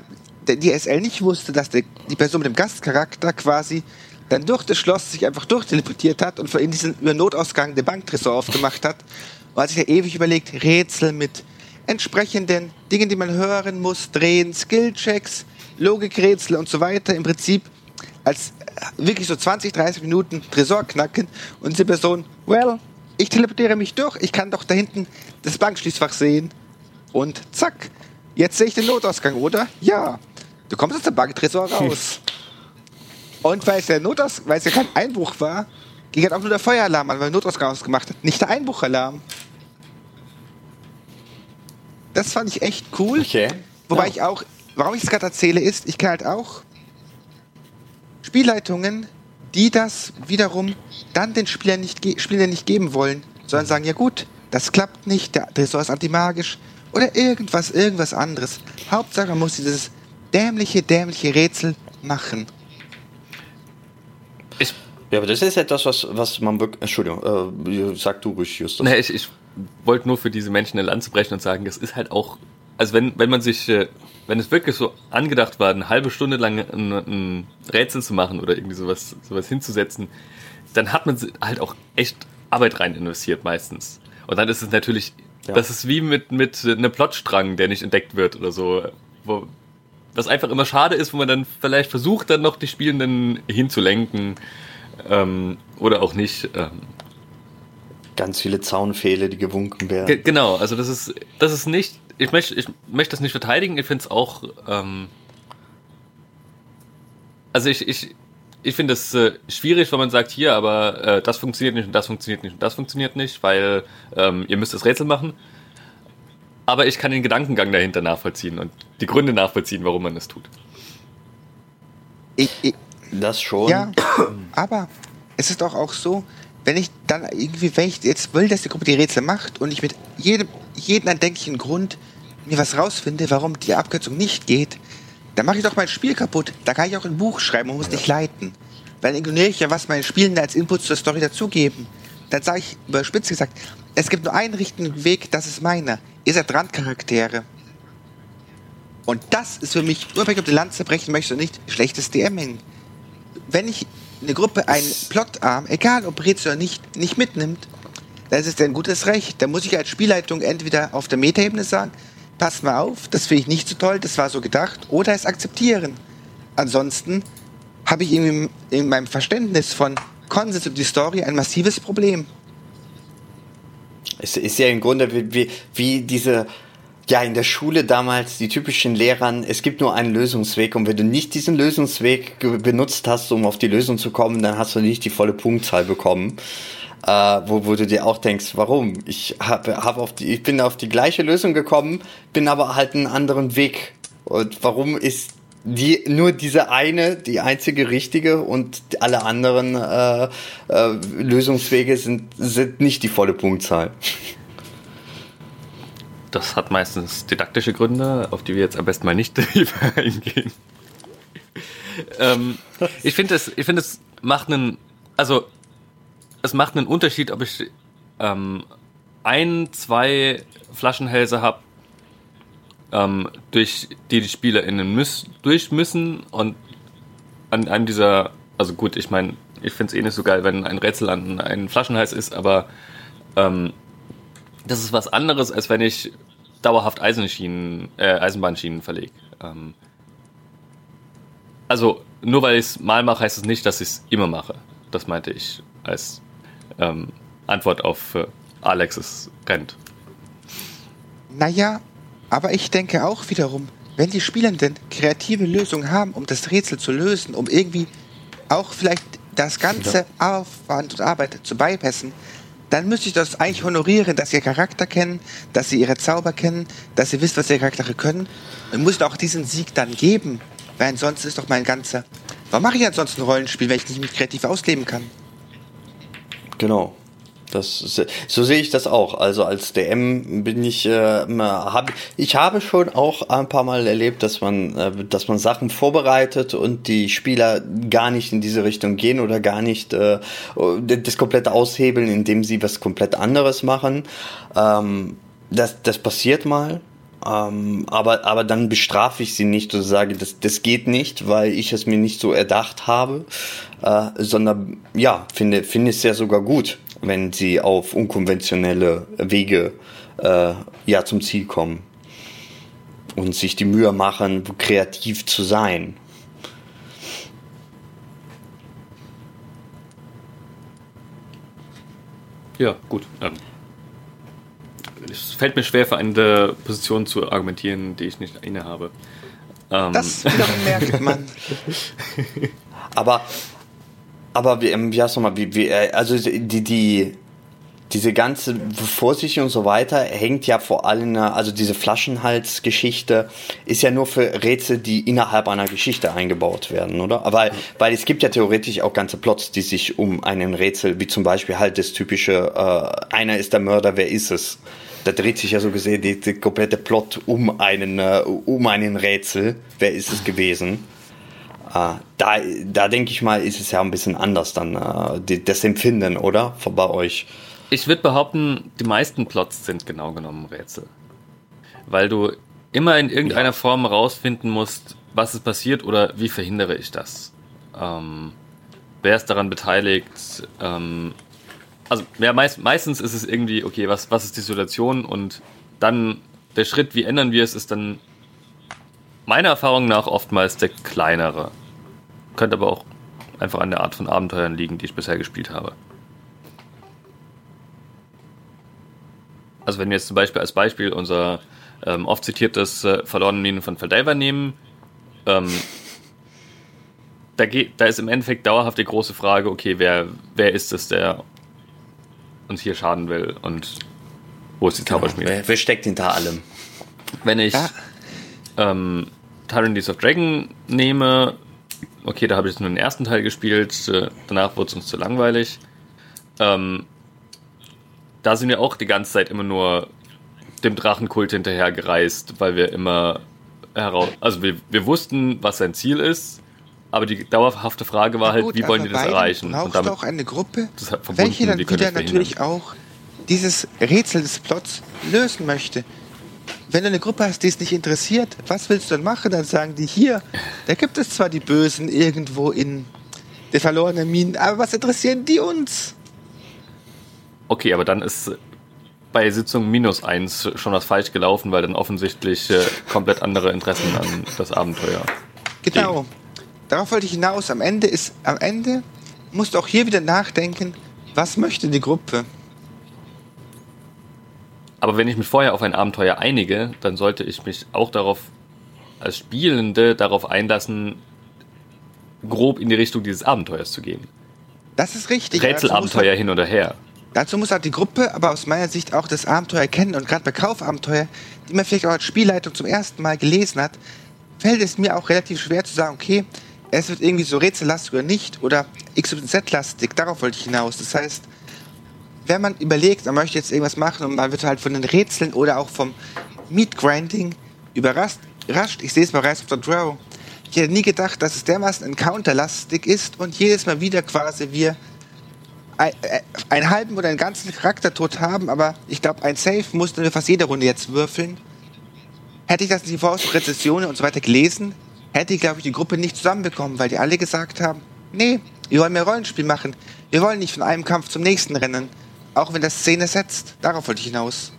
die SL nicht wusste, dass die Person mit dem Gastcharakter quasi dann durch das Schloss sich einfach durchteleportiert hat und in diesen über Notausgang den Banktresor aufgemacht hat. Und hat sich ja ewig überlegt, Rätsel mit entsprechenden Dingen, die man hören muss, drehen, Skillchecks, Logikrätsel und so weiter. Im Prinzip als wirklich so 20, 30 Minuten Tresor knacken und diese Person, ich teleportiere mich durch, ich kann doch da hinten das Bankschließfach sehen und zack, jetzt sehe ich den Notausgang, oder? Ja, du kommst aus dem Banktresor raus. Und weil es ja kein Einbruch war, ging halt auch nur der Feueralarm an, weil der Notausgang ausgemacht hat, nicht der Einbruchalarm. Das fand ich echt cool. Okay. Wobei warum ich es gerade erzähle, ist, ich kann halt auch Spielleitungen, die das wiederum dann den Spielern nicht geben wollen, sondern sagen, ja gut, das klappt nicht, der Tresor ist antimagisch oder irgendwas anderes. Hauptsache, man muss dieses dämliche Rätsel machen. Ja, aber das ist etwas, was man wirklich... Entschuldigung, sag du ruhig, Justus. Nee, ich wollte nur für diese Menschen eine Lanze brechen und sagen, das ist halt auch... Also wenn es wirklich so angedacht war, eine halbe Stunde lang ein Rätsel zu machen oder irgendwie sowas hinzusetzen, dann hat man halt auch echt Arbeit rein investiert meistens. Und dann ist es natürlich... Ja. Das ist wie mit einem Plotstrang, der nicht entdeckt wird oder so. Was einfach immer schade ist, wo man dann vielleicht versucht, dann noch die Spielenden hinzulenken. Oder auch nicht. Ganz viele Zaunpfähle, die gewunken werden. Genau, also das ist nicht. Ich möchte das nicht verteidigen. Ich finde es auch. Also ich finde es schwierig, wenn man sagt, hier, aber das funktioniert nicht und das funktioniert nicht und das funktioniert nicht, weil ihr müsst das Rätsel machen. Aber ich kann den Gedankengang dahinter nachvollziehen und die Gründe nachvollziehen, warum man es tut. Das schon. Ja, aber es ist doch auch so, wenn ich jetzt will, dass die Gruppe die Rätsel macht und ich mit jedem erdenklichen Grund mir was rausfinde, warum die Abkürzung nicht geht, dann mache ich doch mein Spiel kaputt. Da kann ich auch ein Buch schreiben und muss nicht leiten. Weil dann ignoriere ich ja, was meine Spielenden als Input zur Story dazugeben. Dann sage ich, überspitzt gesagt, es gibt nur einen richtigen Weg, das ist meiner. Ihr seid Randcharaktere. Und das ist für mich, unabhängig ob die Lanze brechen möchte oder nicht, schlechtes DMing. Wenn ich eine Gruppe einen Plotarm, egal ob Rätsel oder nicht mitnimmt, dann ist es ein gutes Recht. Dann muss ich als Spielleitung entweder auf der Metaebene sagen, passt mal auf, das finde ich nicht so toll, das war so gedacht, oder es akzeptieren. Ansonsten habe ich irgendwie in meinem Verständnis von Konsens und die Story ein massives Problem. Es ist ja im Grunde wie diese... Ja, in der Schule damals, die typischen Lehrern, es gibt nur einen Lösungsweg und wenn du nicht diesen Lösungsweg benutzt hast, um auf die Lösung zu kommen, dann hast du nicht die volle Punktzahl bekommen. Wo du dir auch denkst, warum? Ich bin auf die gleiche Lösung gekommen, bin aber halt einen anderen Weg. Und warum ist nur diese eine, die einzige richtige und alle anderen Lösungswege sind nicht die volle Punktzahl? Das hat meistens didaktische Gründe, auf die wir jetzt am besten mal nicht tiefer eingehen. Ich finde, es macht einen Unterschied, ob ich 2 Flaschenhälse habe, durch die SpielerInnen durch müssen und an einem dieser, also gut, ich meine, ich finde es nicht so geil, wenn ein Rätsel an einen Flaschenhals ist, aber das ist was anderes, als wenn ich dauerhaft Eisenbahnschienen verlege. Also, nur weil ich es mal mache, heißt es nicht, dass ich es immer mache. Das meinte ich als Antwort auf Alexes Rent. Naja, aber ich denke auch wiederum, wenn die Spielenden kreative Lösungen haben, um das Rätsel zu lösen, um irgendwie auch vielleicht das ganze Aufwand und Arbeit zu bypassen, dann müsste ich das eigentlich honorieren, dass sie ihr Charakter kennen, dass sie ihre Zauber kennen, dass sie wissen, was ihre Charaktere können. Und muss auch diesen Sieg dann geben, weil ansonsten ist doch warum mache ich ansonsten ein Rollenspiel, wenn ich nicht mich kreativ ausleben kann? Genau. So sehe ich das auch. Also als DM bin ich habe schon auch ein paar Mal erlebt, dass man Sachen vorbereitet und die Spieler gar nicht in diese Richtung gehen oder gar nicht das komplett aushebeln, indem sie was komplett anderes machen. Das passiert mal. Aber dann bestrafe ich sie nicht oder sage, das geht nicht, weil ich es mir nicht so erdacht habe, sondern ja, finde es ja sogar gut, wenn sie auf unkonventionelle Wege zum Ziel kommen und sich die Mühe machen, kreativ zu sein. Ja, gut. Es fällt mir schwer, für eine Position zu argumentieren, die ich nicht innehabe. Das wiederum merkt man. Aber wie hast du mal, also diese ganze Vorsicht und so weiter hängt ja vor allem, also diese Flaschenhals-Geschichte ist ja nur für Rätsel, die innerhalb einer Geschichte eingebaut werden, oder? Weil es gibt ja theoretisch auch ganze Plots, die sich um einen Rätsel, wie zum Beispiel halt das typische, einer ist der Mörder, wer ist es? Da dreht sich ja so gesehen die komplette Plot um einen Rätsel, wer ist es gewesen? Da denke ich mal, ist es ja ein bisschen anders dann, das Empfinden, oder? Bei euch. Ich würde behaupten, die meisten Plots sind genau genommen Rätsel. Weil du immer in irgendeiner Form rausfinden musst, was ist passiert oder wie verhindere ich das. Wer ist daran beteiligt? Also ja, meistens ist es irgendwie, okay, was ist die Situation, und dann der Schritt, wie ändern wir es, ist dann meiner Erfahrung nach oftmals der kleinere. Könnte aber auch einfach an der Art von Abenteuern liegen, die ich bisher gespielt habe. Also wenn wir jetzt zum Beispiel als Beispiel unser oft zitiertes Verlorene Minen von Faldaver nehmen, da ist im Endeffekt dauerhaft die große Frage, okay, wer ist es, der uns hier schaden will, und wo ist die Zauberschmiede? Wer steckt hinter allem? Wenn ich Tyrannies of Dragon nehme, okay, da habe ich jetzt nur den ersten Teil gespielt, danach wurde es uns zu langweilig. Da sind wir auch die ganze Zeit immer nur dem Drachenkult hinterher gereist, weil wir immer wir wussten, was sein Ziel ist, aber die dauerhafte Frage war wie wollen die das erreichen? Und damit auch eine Gruppe, verbunden, welche dann wieder natürlich auch dieses Rätsel des Plots lösen möchte. Wenn du eine Gruppe hast, die es nicht interessiert, was willst du dann machen? Dann sagen die, hier, da gibt es zwar die Bösen irgendwo in den verlorenen Minen, aber was interessieren die uns? Okay, aber dann ist bei Sitzung -1 schon was falsch gelaufen, weil dann offensichtlich komplett andere Interessen an das Abenteuer Genau. gehen. Darauf wollte ich hinaus. Am Ende musst du auch hier wieder nachdenken, was möchte die Gruppe? Aber wenn ich mich vorher auf ein Abenteuer einige, dann sollte ich mich auch als Spielende darauf einlassen, grob in die Richtung dieses Abenteuers zu gehen. Das ist richtig. Rätselabenteuer hin oder her. Dazu muss halt die Gruppe, aber aus meiner Sicht auch das Abenteuer kennen, und gerade bei Kaufabenteuer, die man vielleicht auch als Spielleitung zum ersten Mal gelesen hat, fällt es mir auch relativ schwer zu sagen, okay, es wird irgendwie so rätsellastig oder nicht oder XYZ-lastig, darauf wollte ich hinaus. Das heißt, wenn man überlegt, man möchte jetzt irgendwas machen und man wird halt von den Rätseln oder auch vom Meat-Grinding überrascht, ich sehe es bei Rise of the Drow, ich hätte nie gedacht, dass es dermaßen encounterlastig ist und jedes Mal wieder quasi wir einen halben oder einen ganzen Charaktertod haben, aber ich glaube, ein Save mussten wir fast jede Runde jetzt würfeln. Hätte ich das in die Rezessionen und so weiter gelesen, hätte ich, glaube ich, die Gruppe nicht zusammenbekommen, weil die alle gesagt haben, nee, wir wollen mehr Rollenspiel machen. Wir wollen nicht von einem Kampf zum nächsten rennen, auch wenn das Szene setzt. Darauf wollte ich hinaus.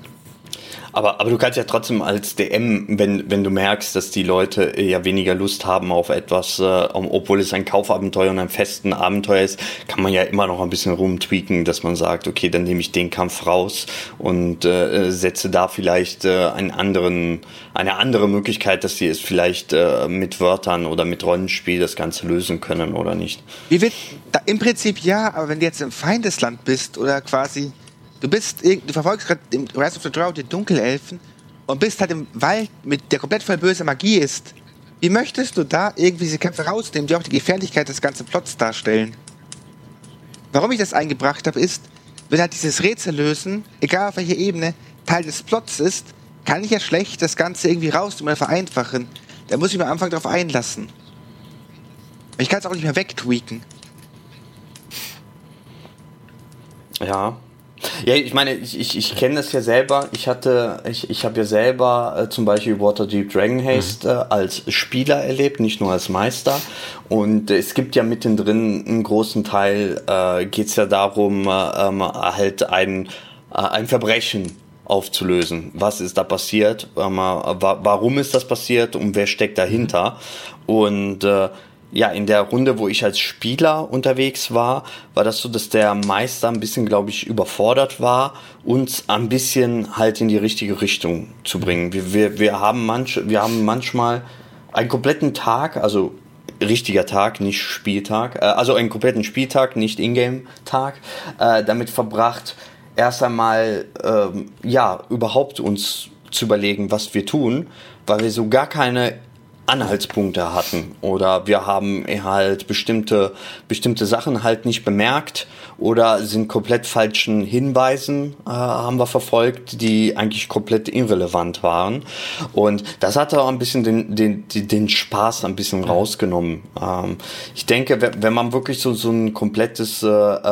Aber du kannst ja trotzdem als DM, wenn du merkst, dass die Leute ja weniger Lust haben auf etwas, obwohl es ein Kaufabenteuer und ein festen Abenteuer ist, kann man ja immer noch ein bisschen rumtweaken, dass man sagt, okay, dann nehme ich den Kampf raus und setze da vielleicht eine andere Möglichkeit, dass sie es vielleicht mit Wörtern oder mit Rollenspiel das Ganze lösen können oder nicht. Im Prinzip ja, aber wenn du jetzt im Feindesland bist oder quasi du verfolgst gerade im Rise of the Drow die Dunkelelfen und bist halt im Wald, der komplett voll böser Magie ist. Wie möchtest du da irgendwie diese Kämpfe rausnehmen, die auch die Gefährlichkeit des ganzen Plots darstellen? Warum ich das eingebracht habe, ist, wenn halt dieses Rätsel lösen, egal auf welcher Ebene, Teil des Plots ist, kann ich ja schlecht das Ganze irgendwie rausnehmen oder vereinfachen. Da muss ich mir am Anfang darauf einlassen. Ich kann es auch nicht mehr wegtweaken. Ja. Ja, ich meine, ich kenne das ja selber. Ich habe ja selber zum Beispiel Waterdeep Dragon Haste als Spieler erlebt, nicht nur als Meister. Und es gibt ja mittendrin einen großen Teil, geht's ja darum, halt ein Verbrechen aufzulösen. Was ist da passiert? Warum ist das passiert? Und wer steckt dahinter? Und ja, in der Runde, wo ich als Spieler unterwegs war das so, dass der Meister ein bisschen, glaube ich, überfordert war, uns ein bisschen halt in die richtige Richtung zu bringen. Wir haben manchmal einen kompletten Tag, also richtiger Tag, nicht Spieltag, also einen kompletten Spieltag, nicht Ingame-Tag, damit verbracht, erst einmal, überhaupt uns zu überlegen, was wir tun, weil wir so gar keine Anhaltspunkte hatten oder wir haben halt bestimmte Sachen halt nicht bemerkt oder sind komplett falschen Hinweisen haben wir verfolgt, die eigentlich komplett irrelevant waren, und das hat auch ein bisschen den Spaß ein bisschen rausgenommen. Ich denke, wenn man wirklich so ein komplettes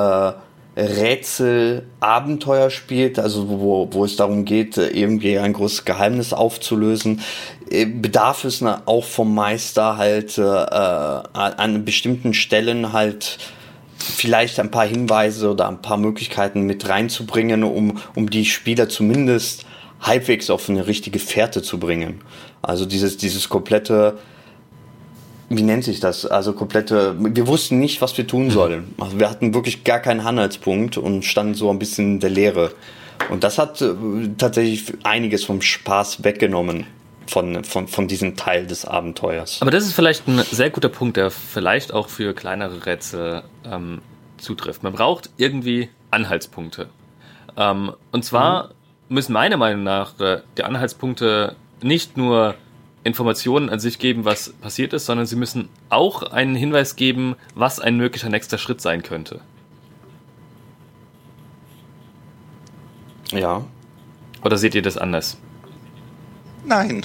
Rätsel-Abenteuer spielt, also wo es darum geht, irgendwie ein großes Geheimnis aufzulösen, bedarf es auch vom Meister halt an bestimmten Stellen halt vielleicht ein paar Hinweise oder ein paar Möglichkeiten mit reinzubringen, um die Spieler zumindest halbwegs auf eine richtige Fährte zu bringen. Also dieses komplette, wie nennt sich das? Also wir wussten nicht, was wir tun sollen. Also wir hatten wirklich gar keinen Anhaltspunkt und standen so ein bisschen in der Leere. Und das hat tatsächlich einiges vom Spaß weggenommen von diesem Teil des Abenteuers. Aber das ist vielleicht ein sehr guter Punkt, der vielleicht auch für kleinere Rätsel zutrifft. Man braucht irgendwie Anhaltspunkte. Und zwar müssen meiner Meinung nach die Anhaltspunkte nicht nur Informationen an sich geben, was passiert ist, sondern sie müssen auch einen Hinweis geben, was ein möglicher nächster Schritt sein könnte. Ja. Oder seht ihr das anders? Nein.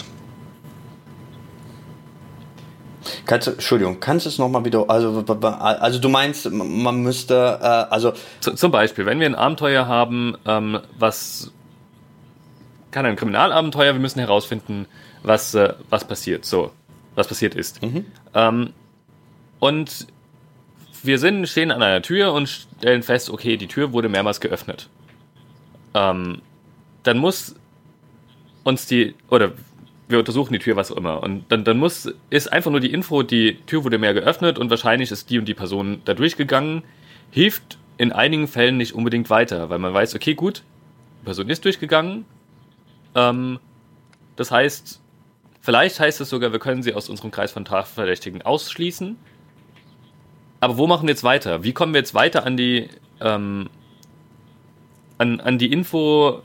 Kannst du es nochmal wieder, also du meinst, man müsste, Zum Beispiel, wenn wir ein Abenteuer haben, was ein Kriminalabenteuer, wir müssen herausfinden, was passiert ist. Und wir stehen an einer Tür und stellen fest, okay, die Tür wurde mehrmals geöffnet. Dann muss uns wir untersuchen die Tür, was auch immer. Und dann ist einfach nur die Info, die Tür wurde mehr geöffnet und wahrscheinlich ist die und die Person da durchgegangen, hilft in einigen Fällen nicht unbedingt weiter, weil man weiß, okay, gut, die Person ist durchgegangen. Das heißt, vielleicht heißt es sogar, wir können sie aus unserem Kreis von Tatverdächtigen ausschließen. Aber wo machen wir jetzt weiter? Wie kommen wir jetzt weiter an die an die Info?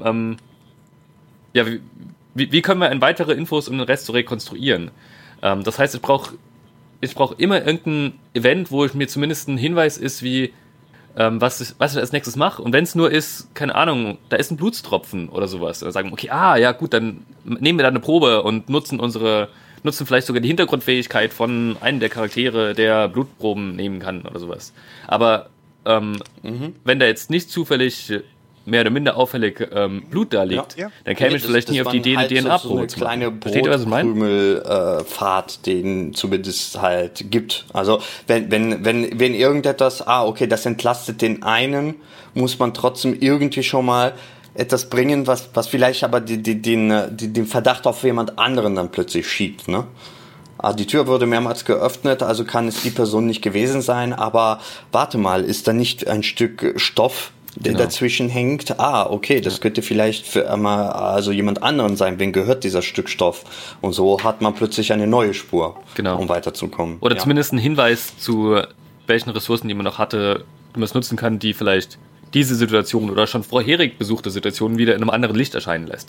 Wie können wir weitere Infos, um den Rest zu rekonstruieren? Das heißt, ich brauche immer irgendein Event, wo ich mir zumindest ein Hinweis ist, wie was ich als nächstes mache. Und wenn es nur ist, keine Ahnung, da ist ein Blutstropfen oder sowas. Dann sagen wir, okay, ja gut, dann nehmen wir da eine Probe und nutzen vielleicht sogar die Hintergrundfähigkeit von einem der Charaktere, der Blutproben nehmen kann oder sowas. Aber wenn da jetzt nicht zufällig mehr oder minder auffällig Blut da liegt, dann käme ich vielleicht nicht auf die Idee, eine DNA-Probe zu machen. Eine kleine Brotkrümelfahrt, den zumindest halt gibt. Also wenn irgendetwas, okay, das entlastet den einen, muss man trotzdem irgendwie schon mal etwas bringen, was vielleicht aber den Verdacht auf jemand anderen dann plötzlich schiebt, ne? Die Tür wurde mehrmals geöffnet, also kann es die Person nicht gewesen sein, aber warte mal, ist da nicht ein Stück Stoff, der dazwischen hängt? Okay, das könnte vielleicht für jemand anderen sein, wem gehört dieser Stück Stoff? Und so hat man plötzlich eine neue Spur, um weiterzukommen. Oder zumindest einen Hinweis zu welchen Ressourcen, die man noch hatte, die man es nutzen kann, die vielleicht diese Situation oder schon vorherig besuchte Situationen wieder in einem anderen Licht erscheinen lässt.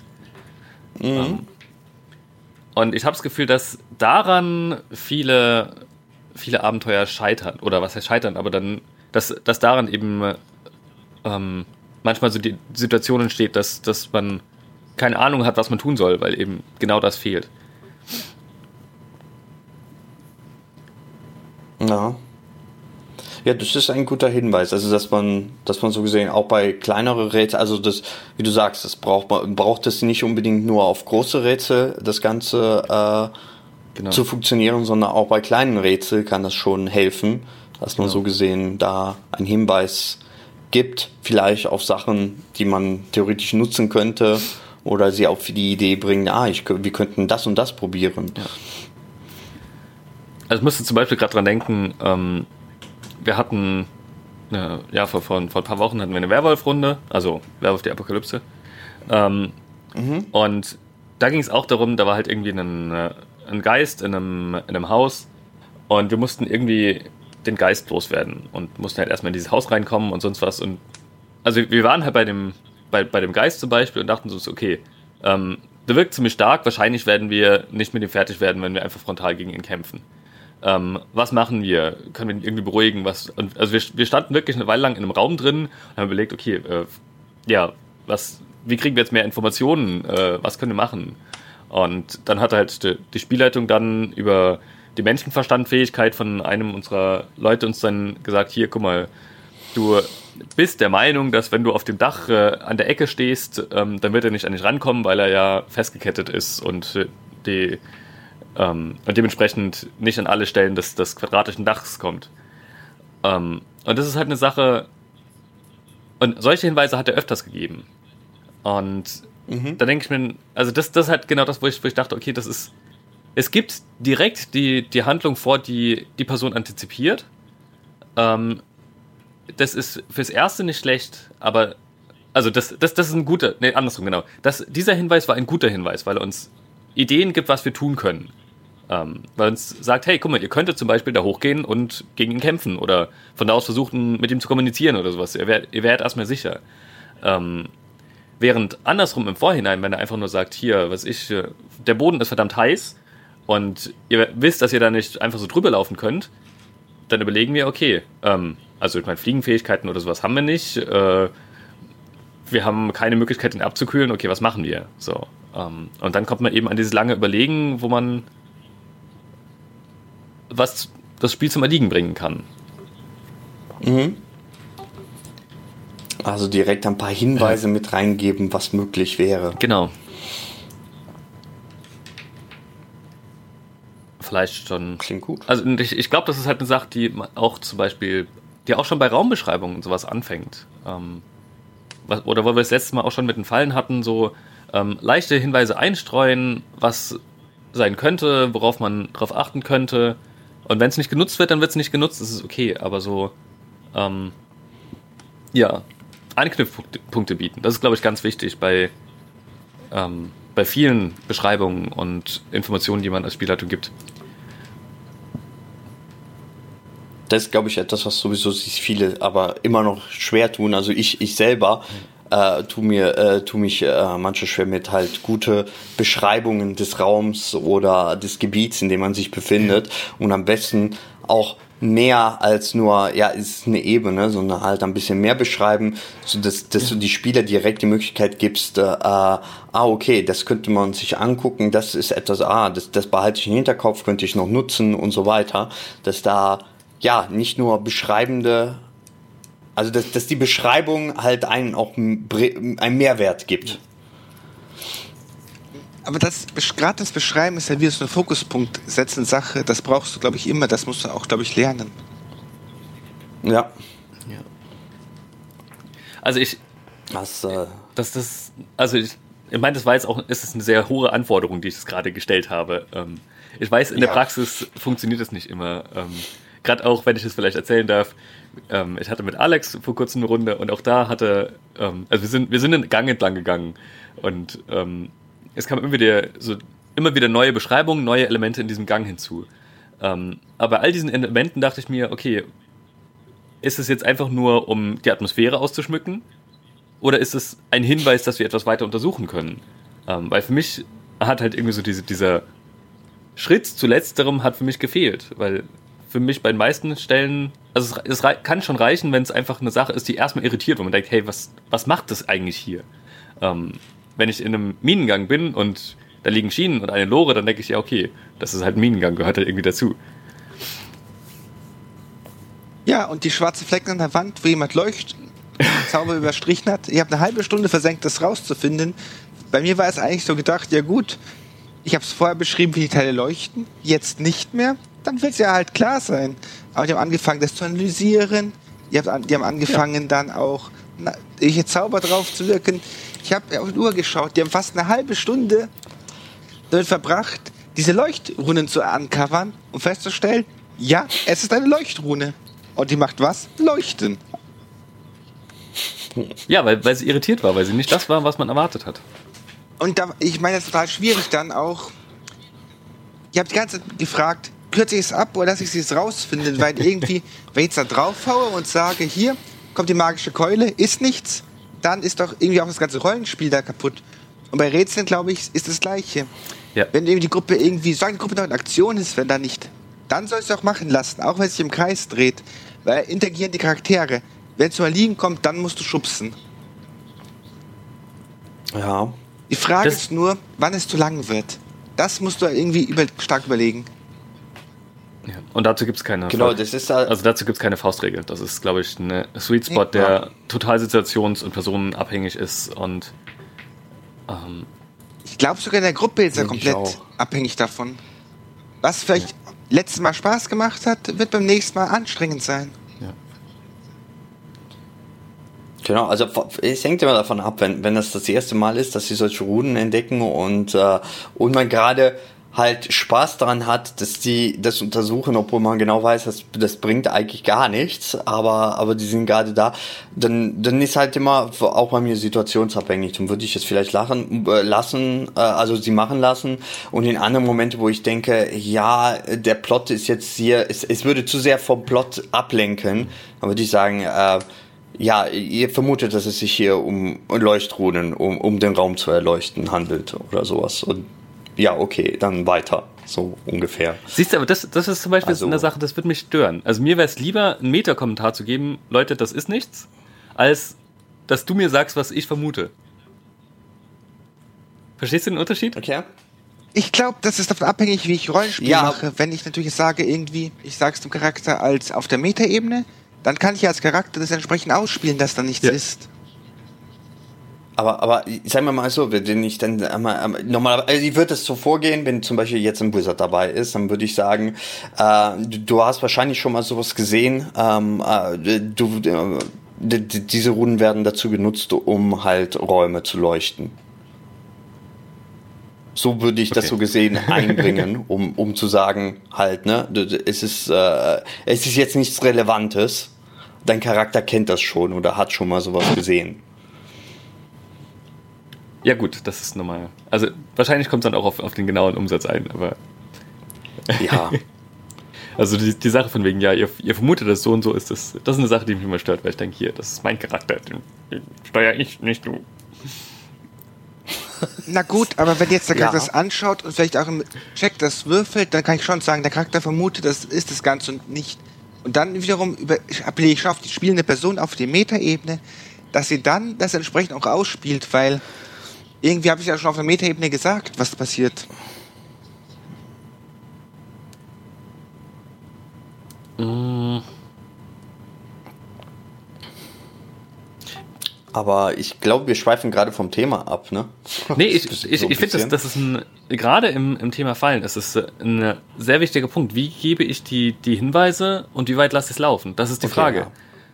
Und ich habe das Gefühl, dass daran viele Abenteuer scheitern. Oder was heißt scheitern, aber dann, dass daran eben manchmal so die Situation entsteht, dass man keine Ahnung hat, was man tun soll, weil eben genau das fehlt. Ja, das ist ein guter Hinweis. Also, dass man so gesehen auch bei kleineren Rätseln, also das, wie du sagst, braucht es nicht unbedingt nur auf große Rätsel, das Ganze zu funktionieren, sondern auch bei kleinen Rätseln kann das schon helfen, dass man so gesehen da einen Hinweis gibt, vielleicht auf Sachen, die man theoretisch nutzen könnte oder sie auch für die Idee bringen, wir könnten das und das probieren. Ja. Also ich musste zum Beispiel gerade dran denken, wir hatten, vor ein paar Wochen hatten wir eine Werwolf-Runde, also Werwolf die Apokalypse. Und da ging es auch darum, da war halt irgendwie ein Geist in einem Haus und wir mussten irgendwie den Geist loswerden und mussten halt erstmal in dieses Haus reinkommen und sonst was. Und also wir waren halt bei dem Geist zum Beispiel und dachten so, okay, der wirkt ziemlich stark, wahrscheinlich werden wir nicht mit ihm fertig werden, wenn wir einfach frontal gegen ihn kämpfen. Was machen wir? Können wir ihn irgendwie beruhigen? Also wir standen wirklich eine Weile lang in einem Raum drin und haben überlegt, okay, wie kriegen wir jetzt mehr Informationen? Was können wir machen? Und dann hat halt die Spielleitung dann über die Menschenverstandfähigkeit von einem unserer Leute uns dann gesagt, hier, guck mal, du bist der Meinung, dass wenn du auf dem Dach an der Ecke stehst, dann wird er nicht an dich rankommen, weil er ja festgekettet ist und dementsprechend nicht an alle Stellen des quadratischen Dachs kommt. Und das ist halt eine Sache, und solche Hinweise hat er öfters gegeben. Und da denke ich mir, also das ist halt genau das, wo ich dachte, okay, es gibt direkt die Handlung vor, die Person antizipiert. Das ist fürs Erste nicht schlecht, aber also das ist ein guter, andersrum, genau. Dieser Hinweis war ein guter Hinweis, weil er uns Ideen gibt, was wir tun können. Weil uns sagt, hey, guck mal, ihr könntet zum Beispiel da hochgehen und gegen ihn kämpfen oder von da aus versuchen, mit ihm zu kommunizieren oder sowas. Ihr wärt erstmal sicher. Während andersrum im Vorhinein, wenn er einfach nur sagt, hier, der Boden ist verdammt heiß und ihr wisst, dass ihr da nicht einfach so drüber laufen könnt, dann überlegen wir, okay, also ich meine, Fliegenfähigkeiten oder sowas haben wir nicht, wir haben keine Möglichkeit, ihn abzukühlen, okay, was machen wir? So, und dann kommt man eben an dieses lange Überlegen, wo man was das Spiel zum Erliegen bringen kann. Also direkt ein paar Hinweise mit reingeben, was möglich wäre. Genau. Vielleicht schon. Klingt gut. Also ich glaube, das ist halt eine Sache, die auch zum Beispiel, die auch schon bei Raumbeschreibungen und sowas anfängt. Oder wo wir das letzte Mal auch schon mit den Fallen hatten, so leichte Hinweise einstreuen, was sein könnte, worauf man drauf achten könnte. Und wenn es nicht genutzt wird, dann wird es nicht genutzt, das ist okay. Aber so, Anknüpfpunkte bieten. Das ist, glaube ich, ganz wichtig bei vielen Beschreibungen und Informationen, die man als Spielleitung gibt. Das ist, glaube ich, etwas, was sowieso sich viele aber immer noch schwer tun. Also ich selber tu mich manchmal schwer mit halt gute Beschreibungen des Raums oder des Gebiets, in dem man sich befindet, und am besten auch mehr als nur, ist eine Ebene, sondern halt ein bisschen mehr beschreiben, so dass du die Spieler direkt die Möglichkeit gibst, okay, das könnte man sich angucken, das ist etwas, das behalte ich im Hinterkopf, könnte ich noch nutzen und so weiter, dass da nicht nur beschreibende, also dass die Beschreibung halt einen auch einen Mehrwert gibt. Aber gerade das Beschreiben ist ja wie so eine Fokuspunkt setzen Sache, das brauchst du, glaube ich, immer, das musst du auch, glaube ich, lernen. Ja. Also ich meine, das war jetzt auch, ist eine sehr hohe Anforderung, die ich gerade gestellt habe. Ich weiß, in der Praxis funktioniert das nicht immer. Gerade auch, wenn ich das vielleicht erzählen darf, ich hatte mit Alex vor kurzem eine Runde und auch da also wir sind den Gang entlang gegangen und es kamen immer wieder neue Beschreibungen, neue Elemente in diesem Gang hinzu. Aber bei all diesen Elementen dachte ich mir, okay, ist es jetzt einfach nur, um die Atmosphäre auszuschmücken? Oder ist es ein Hinweis, dass wir etwas weiter untersuchen können? Weil für mich hat halt irgendwie so dieser Schritt zu letzterem hat für mich gefehlt. Weil für mich bei den meisten Stellen, also es kann schon reichen, wenn es einfach eine Sache ist, die erstmal irritiert, wo man denkt, hey, was macht das eigentlich hier? Wenn ich in einem Minengang bin und da liegen Schienen und eine Lore, dann denke ich, ja, okay, das ist halt ein Minengang, gehört halt irgendwie dazu. Ja, Ja, und die schwarzen Flecken an der Wand, wo jemand Zauber überstrichen hat. Ich habe eine halbe Stunde versenkt, das rauszufinden. Bei mir war es eigentlich so gedacht, ja gut, ich habe es vorher beschrieben, wie die Teile leuchten, jetzt nicht mehr, dann wird es ja halt klar sein. Aber die haben angefangen, das zu analysieren, die haben angefangen dann auch welche Zauber drauf zu wirken. Ich habe auf die Uhr geschaut, die haben fast eine halbe Stunde damit verbracht, diese Leuchtrunen zu uncovern und festzustellen, ja, es ist eine Leuchtrune. Und die macht was? Leuchten. Ja, weil sie irritiert war, weil sie nicht das war, was man erwartet hat. Und ich meine, das ist total schwierig dann auch. Ich habe die ganze Zeit gefragt, kürze ich es ab oder lasse ich es rausfinden? Weil irgendwie, wenn ich jetzt da drauf haue und sage, hier kommt die magische Keule, ist nichts, dann ist doch irgendwie auch das ganze Rollenspiel da kaputt. Und bei Rätseln, glaube ich, ist das Gleiche. Ja. Wenn irgendwie die Gruppe noch in Aktion ist, wenn da nicht, dann soll es auch machen lassen, auch wenn es sich im Kreis dreht. Weil interagieren die Charaktere. Wenn es mal liegen kommt, dann musst du schubsen. Ja. Die Frage ist nur, wann es zu lang wird. Das musst du irgendwie stark überlegen. Ja. Und dazu gibt es keine keine Faustregel. Das ist, glaube ich, ein Sweet Spot, der total situations- und personenabhängig ist. Und ich glaube sogar in der Gruppe ist er komplett abhängig davon. Was vielleicht letztes Mal Spaß gemacht hat, wird beim nächsten Mal anstrengend sein. Ja. Genau, also es hängt immer davon ab, wenn das erste Mal ist, dass sie solche Runen entdecken und man gerade halt Spaß daran hat, dass die das untersuchen, obwohl man genau weiß, das bringt eigentlich gar nichts, aber die sind gerade da, dann ist halt immer auch bei mir situationsabhängig. Dann würde ich es vielleicht sie machen lassen, und in anderen Momenten, wo ich denke, ja, der Plot ist jetzt hier, es würde zu sehr vom Plot ablenken, dann würde ich sagen, ja, ihr vermutet, dass es sich hier um Leuchtrunen, um den Raum zu erleuchten handelt oder sowas. Und ja, okay, dann weiter. So ungefähr. Siehst du, aber das ist zum Beispiel eine Sache, das würde mich stören. Also mir wäre es lieber, einen Meta-Kommentar zu geben, Leute, das ist nichts, als dass du mir sagst, was ich vermute. Verstehst du den Unterschied? Okay. Ich glaube, das ist davon abhängig, wie ich Rollenspiel mache. Wenn ich natürlich sage, ich sage es dem Charakter als auf der Meta-Ebene, dann kann ich als Charakter das entsprechend ausspielen, dass da nichts ist. Aber sagen wir mal so, wenn ich dann normalerweise, also ich würde es so vorgehen, wenn zum Beispiel jetzt ein Wizard dabei ist, dann würde ich sagen, du hast wahrscheinlich schon mal sowas gesehen, diese Runen werden dazu genutzt, um halt Räume zu leuchten. So würde ich das so gesehen einbringen, um zu sagen, halt, ne, es ist jetzt nichts Relevantes, dein Charakter kennt das schon oder hat schon mal sowas gesehen. Ja gut, das ist normal. Also wahrscheinlich kommt es dann auch auf den genauen Umsatz ein, aber... Ja. Also die Sache von wegen, ja, ihr vermutet, dass so und so ist, das ist eine Sache, die mich immer stört, weil ich denke, hier, das ist mein Charakter, den steuere ich, nicht du. Na gut, aber wenn jetzt der Charakter das anschaut und vielleicht auch im Check das würfelt, dann kann ich schon sagen, der Charakter vermutet, das ist das Ganze und nicht. Und dann wiederum appelliere ich auf die spielende Person auf die Metaebene, dass sie dann das entsprechend auch ausspielt, weil irgendwie habe ich ja schon auf der Metaebene gesagt, was passiert. Aber ich glaube, wir schweifen gerade vom Thema ab, ne? Nee, ich finde, das ist gerade im Thema Fallen, ist es ein sehr wichtiger Punkt. Wie gebe ich die Hinweise und wie weit lasse ich es laufen? Das ist die Frage.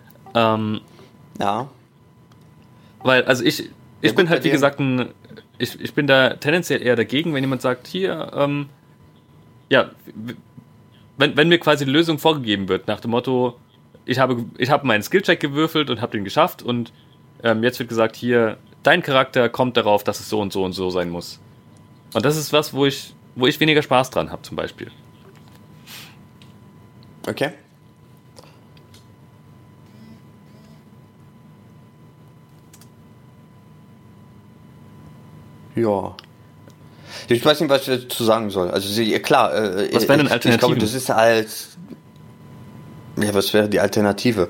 Ja. Weil, also ich bin halt, wie gesagt, ich bin da tendenziell eher dagegen, wenn jemand sagt, hier, wenn mir quasi die Lösung vorgegeben wird, nach dem Motto, ich habe meinen Skillcheck gewürfelt und habe den geschafft und jetzt wird gesagt, hier, dein Charakter kommt darauf, dass es so und so und so sein muss. Und das ist was, wo ich weniger Spaß dran habe, zum Beispiel. Okay. Ja. Ich weiß nicht, was ich dazu sagen soll. Also klar, was wäre denn Alternative? Ich glaube, das ist was wäre die Alternative?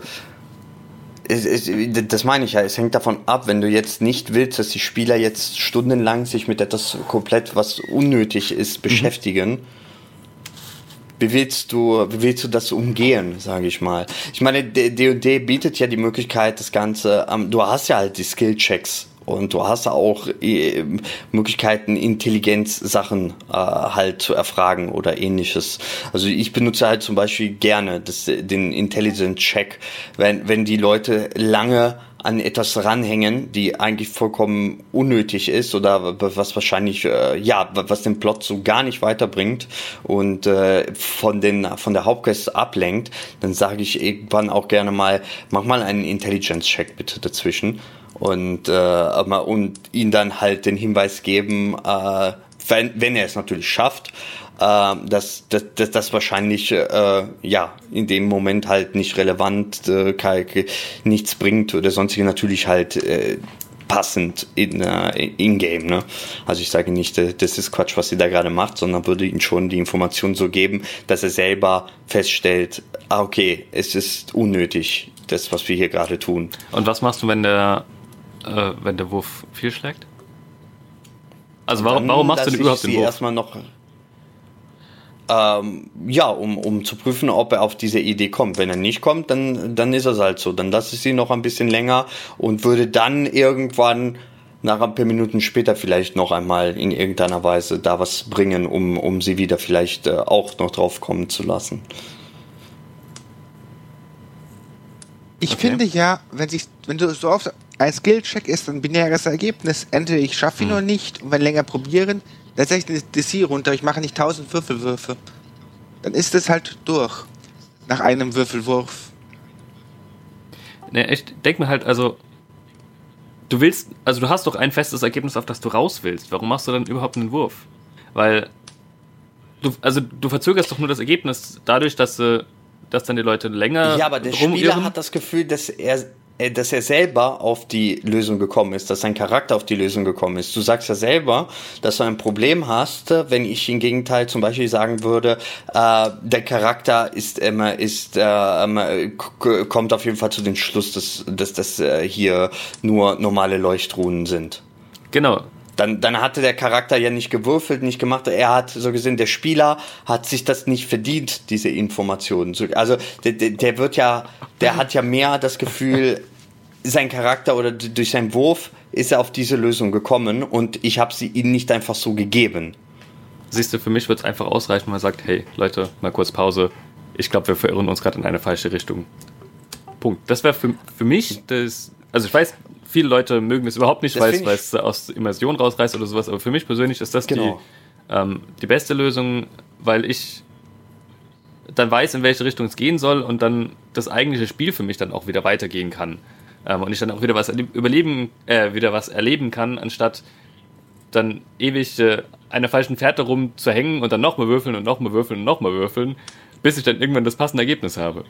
Das meine ich ja, es hängt davon ab, wenn du jetzt nicht willst, dass die Spieler jetzt stundenlang sich mit etwas komplett, was unnötig ist, beschäftigen, wie willst du das umgehen, sage ich mal? Ich meine, D&D bietet ja die Möglichkeit, das Ganze, du hast ja halt die Skill-Checks und du hast auch Möglichkeiten, Intelligenzsachen halt zu erfragen oder ähnliches. Also ich benutze halt zum Beispiel gerne den Intelligence-Check, wenn die Leute lange an etwas ranhängen, die eigentlich vollkommen unnötig ist oder was wahrscheinlich, was den Plot so gar nicht weiterbringt und von der Hauptquest ablenkt, dann sage ich irgendwann auch gerne mal, mach mal einen Intelligence-Check bitte dazwischen und ihn dann halt den Hinweis geben, wenn er es natürlich schafft, dass das wahrscheinlich in dem Moment halt nicht relevant, nichts bringt oder sonstige, natürlich halt passend in-game, ne? Also ich sage nicht, das ist Quatsch, was sie da gerade macht, sondern würde ihnen schon die Information so geben, dass er selber feststellt, okay, es ist unnötig, das, was wir hier gerade tun. Und was machst du, wenn der Wurf fehlschlägt? Also warum machst du denn überhaupt den Wurf? Erstmal noch, um zu prüfen, ob er auf diese Idee kommt. Wenn er nicht kommt, dann ist es halt so. Dann lasse ich sie noch ein bisschen länger und würde dann irgendwann nach ein paar Minuten später vielleicht noch einmal in irgendeiner Weise da was bringen, um sie wieder vielleicht auch noch drauf kommen zu lassen. Ich finde ja, wenn du so oft ein Skill-Check ist, ein binäres Ergebnis, entweder ich schaffe ihn oder nicht, und wenn länger probieren, dann setze ich eine DC runter, ich mache nicht 1000 Würfelwürfe. Dann ist es halt durch. Nach einem Würfelwurf. Ne, ich denke mir halt, also du hast doch ein festes Ergebnis, auf das du raus willst. Warum machst du dann überhaupt einen Wurf? Weil du verzögerst doch nur das Ergebnis dadurch, dass dann die Leute länger. Ja, aber der Spieler hat das Gefühl, dass er selber auf die Lösung gekommen ist, dass sein Charakter auf die Lösung gekommen ist. Du sagst ja selber, dass du ein Problem hast, wenn ich im Gegenteil zum Beispiel sagen würde, der Charakter kommt auf jeden Fall zu dem Schluss, dass das hier nur normale Leuchtruhen sind. Genau. Dann hatte der Charakter ja nicht gewürfelt, nicht gemacht. Er hat so gesehen, der Spieler hat sich das nicht verdient, diese Informationen. Also der hat ja mehr das Gefühl, sein Charakter oder durch seinen Wurf ist er auf diese Lösung gekommen und ich habe sie ihm nicht einfach so gegeben. Siehst du, für mich wird es einfach ausreichen, wenn man sagt, hey Leute, mal kurz Pause. Ich glaube, wir verirren uns gerade in eine falsche Richtung. Punkt. Das wäre für mich das. Also ich weiß, viele Leute mögen es überhaupt nicht, weil es aus Immersion rausreißt oder sowas, aber für mich persönlich ist das die beste Lösung, weil ich dann weiß, in welche Richtung es gehen soll und dann das eigentliche Spiel für mich dann auch wieder weitergehen kann. Und ich dann auch wieder was erleben kann, anstatt dann ewig einer falschen Fährte rum zu hängen und dann nochmal würfeln und nochmal würfeln und nochmal würfeln, bis ich dann irgendwann das passende Ergebnis habe.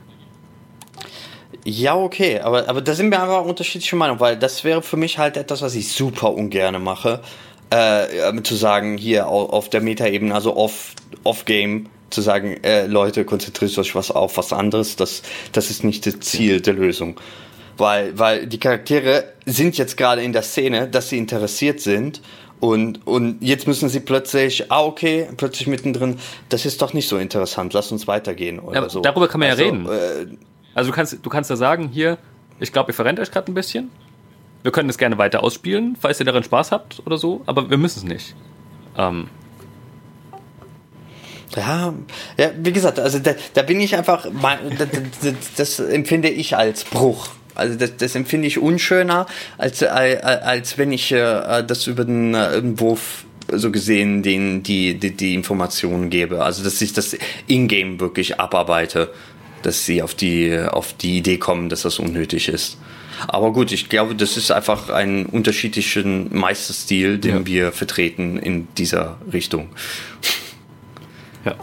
Ja, okay, aber da sind wir einfach unterschiedliche Meinungen, weil das wäre für mich halt etwas, was ich super ungerne mache, zu sagen, hier auf der Meta-Ebene, also off-Game, zu sagen, Leute, konzentriert euch auf was anderes, das ist nicht das Ziel der Lösung. Weil die Charaktere sind jetzt gerade in der Szene, dass sie interessiert sind und jetzt müssen sie plötzlich mittendrin, das ist doch nicht so interessant, lass uns weitergehen oder aber so. Darüber kann man ja reden. Also du kannst ja sagen, hier, ich glaube, ihr verrennt euch gerade ein bisschen. Wir können das gerne weiter ausspielen, falls ihr daran Spaß habt oder so, aber wir müssen es nicht. Ja, wie gesagt, also da bin ich einfach, das empfinde ich als Bruch. Also das empfinde ich unschöner, als wenn ich das über den Wurf so gesehen die Informationen gebe. Also dass ich das in-game wirklich abarbeite, dass sie auf die Idee kommen, dass das unnötig ist. Aber gut, ich glaube, das ist einfach ein unterschiedlicher Meisterstil, den wir vertreten in dieser Richtung. Ja.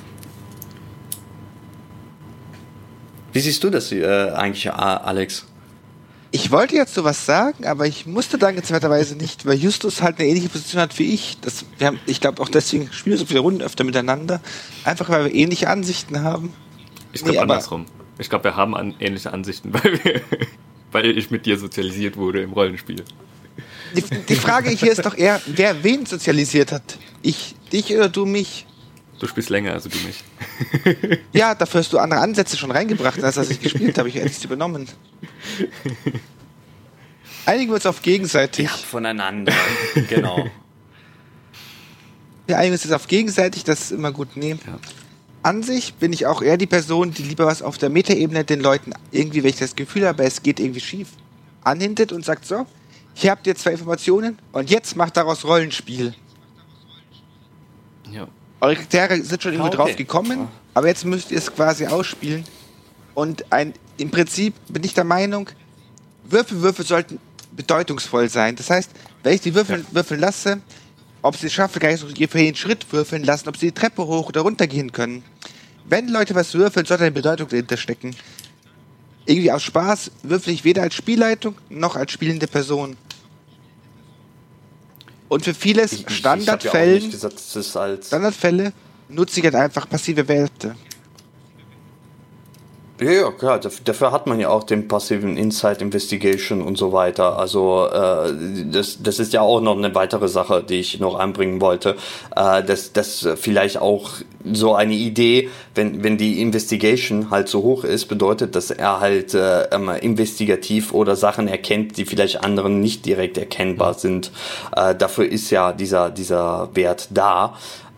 Wie siehst du das eigentlich, Alex? Ich wollte jetzt sowas sagen, aber ich musste dankenswerterweise nicht, weil Justus halt eine ähnliche Position hat wie ich. Ich glaube auch deswegen spielen wir so viele Runden öfter miteinander, einfach weil wir ähnliche Ansichten haben. Ich glaube andersrum. Ich glaube, wir haben ähnliche Ansichten, weil ich mit dir sozialisiert wurde im Rollenspiel. Die Frage hier ist doch eher, wer wen sozialisiert hat. Ich dich oder du mich? Du spielst länger, also du mich. Ja, dafür hast du andere Ansätze schon reingebracht, als ich gespielt habe. Ich hätte es übernommen. Einigen wir uns auf gegenseitig. Ja, voneinander. Genau. Wir einigen uns jetzt auf gegenseitig, das ist immer gut. Nee. Ja. An sich bin ich auch eher die Person, die lieber was auf der Metaebene den Leuten irgendwie, wenn ich das Gefühl habe, es geht irgendwie schief, anhintet und sagt so, hier habt ihr 2 Informationen und jetzt macht daraus Rollenspiel. Ja. Eure Charaktere sind schon irgendwie Okay. drauf gekommen, aber jetzt müsst ihr es quasi ausspielen. Und im Prinzip bin ich der Meinung, Würfel sollten bedeutungsvoll sein. Das heißt, wenn ich die würfeln lasse, ob sie es schaffen, kann ich so für jeden Schritt würfeln lassen, ob sie die Treppe hoch oder runter gehen können. Wenn Leute was würfeln, sollte eine Bedeutung dahinter stecken. Irgendwie aus Spaß würfel ich weder als Spielleitung noch als spielende Person. Und für vieles Ich hab ja auch Standardfällen, nicht gesagt, das ist als Standardfälle nutze ich halt einfach passive Werte. ja, klar, dafür hat man ja auch den passiven Insight Investigation und so weiter. Also das ist ja auch noch eine weitere Sache, die ich noch anbringen wollte. Dass vielleicht auch so eine Idee, wenn die Investigation halt so hoch ist, bedeutet, dass er halt investigativ oder Sachen erkennt, die vielleicht anderen nicht direkt erkennbar sind. Dafür ist ja dieser Wert da.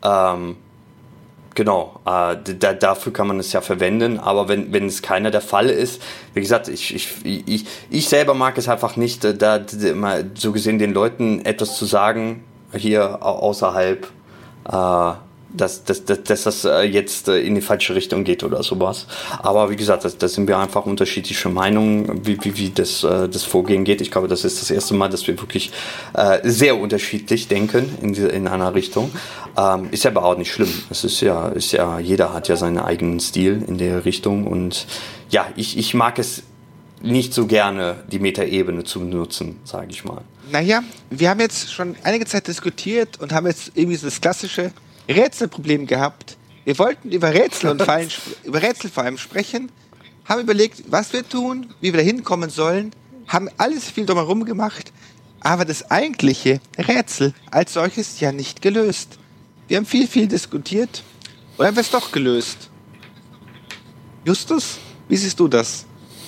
Genau, dafür kann man es ja verwenden, aber wenn es keiner der Fall ist, wie gesagt, ich selber mag es einfach nicht, da immer so gesehen den Leuten etwas zu sagen, hier außerhalb, dass das jetzt in die falsche Richtung geht oder sowas. Aber wie gesagt, da sind wir einfach unterschiedliche Meinungen, wie das Vorgehen geht. Ich glaube, das ist das erste Mal, dass wir wirklich sehr unterschiedlich denken in einer Richtung. Ist ja aber auch nicht schlimm. Es ist ja, jeder hat ja seinen eigenen Stil in der Richtung und ja, ich mag es nicht so gerne, die Metaebene zu benutzen, sage ich mal. Naja, wir haben jetzt schon einige Zeit diskutiert und haben jetzt irgendwie so das klassische Rätselproblem gehabt. Wir wollten über Rätsel und Fallen, über Rätsel vor allem sprechen, haben überlegt, was wir tun, wie wir da hinkommen sollen, haben alles viel drumherum gemacht, aber das eigentliche Rätsel als solches ja nicht gelöst. Wir haben viel diskutiert und haben es doch gelöst. Justus, wie siehst du das?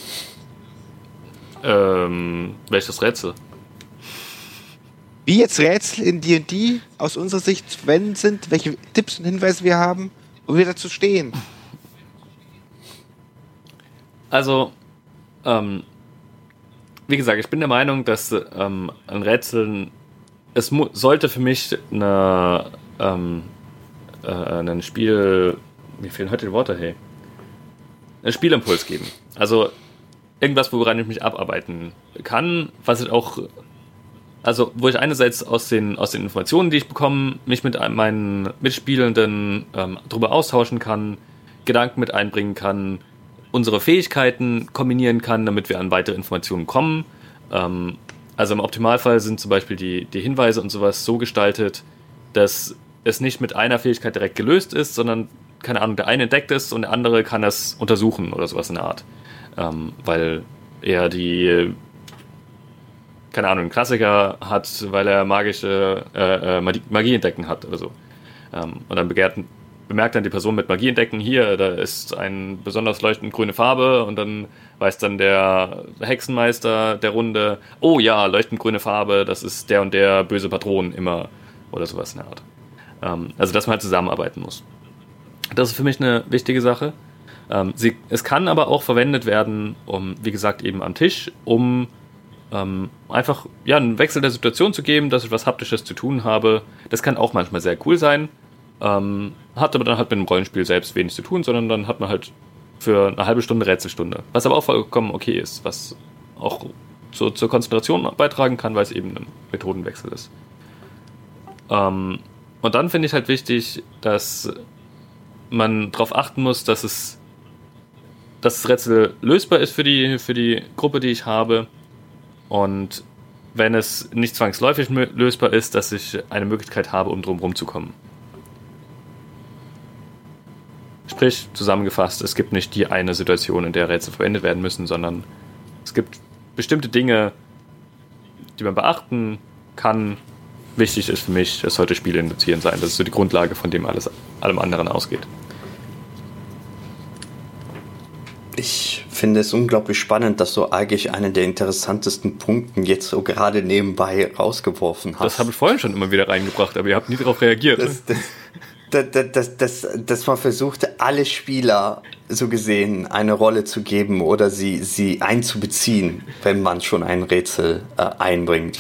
Welches Rätsel? Wie jetzt Rätsel in D&D aus unserer Sicht zu verwenden sind, welche Tipps und Hinweise wir haben, wo wir dazu stehen. Also, wie gesagt, ich bin der Meinung, dass ein Rätsel, sollte für mich ein Spiel, mir fehlen heute die Worte, hey, einen Spielimpuls geben. Also irgendwas, woran ich mich abarbeiten kann, was ich auch, also wo ich einerseits aus den Informationen, die ich bekomme, mich mit meinen Mitspielenden darüber austauschen kann, Gedanken mit einbringen kann, unsere Fähigkeiten kombinieren kann, damit wir an weitere Informationen kommen. Also im Optimalfall sind zum Beispiel die Hinweise und sowas so gestaltet, dass es nicht mit einer Fähigkeit direkt gelöst ist, sondern, keine Ahnung, der eine entdeckt es und der andere kann das untersuchen oder sowas in der Art. Weil er keine Ahnung, einen Klassiker hat, weil er magische Magie entdecken hat oder so. Und dann bemerkt dann die Person mit Magie entdecken, hier, da ist ein besonders leuchtend grüne Farbe und dann weiß dann der Hexenmeister der Runde, oh ja, leuchtend grüne Farbe, das ist der und der böse Patron immer oder sowas in der Art. Also, dass man halt zusammenarbeiten muss. Das ist für mich eine wichtige Sache. Es kann aber auch verwendet werden, wie gesagt, eben am Tisch, um einfach einen Wechsel der Situation zu geben, dass ich was Haptisches zu tun habe. Das kann auch manchmal sehr cool sein. Hat aber dann halt mit dem Rollenspiel selbst wenig zu tun, sondern dann hat man halt für eine halbe Stunde Rätselstunde. Was aber auch vollkommen okay ist, was auch zur Konzentration beitragen kann, weil es eben ein Methodenwechsel ist. Und dann finde ich halt wichtig, dass man darauf achten muss, dass das Rätsel lösbar ist für die Gruppe, die ich habe. Und wenn es nicht zwangsläufig lösbar ist, dass ich eine Möglichkeit habe, um drum rumzukommen. Sprich, zusammengefasst, es gibt nicht die eine Situation, in der Rätsel verwendet werden müssen, sondern es gibt bestimmte Dinge, die man beachten kann. Wichtig ist für mich, es sollte Spiel induzieren sein. Das ist so die Grundlage, von dem allem anderen ausgeht. Ich finde es unglaublich spannend, dass du eigentlich einen der interessantesten Punkte jetzt so gerade nebenbei rausgeworfen hast. Das habe ich vorhin schon immer wieder reingebracht, aber ihr habt nie darauf reagiert. Dass man versuchte, alle Spieler so gesehen eine Rolle zu geben oder sie einzubeziehen, wenn man schon ein Rätsel einbringt.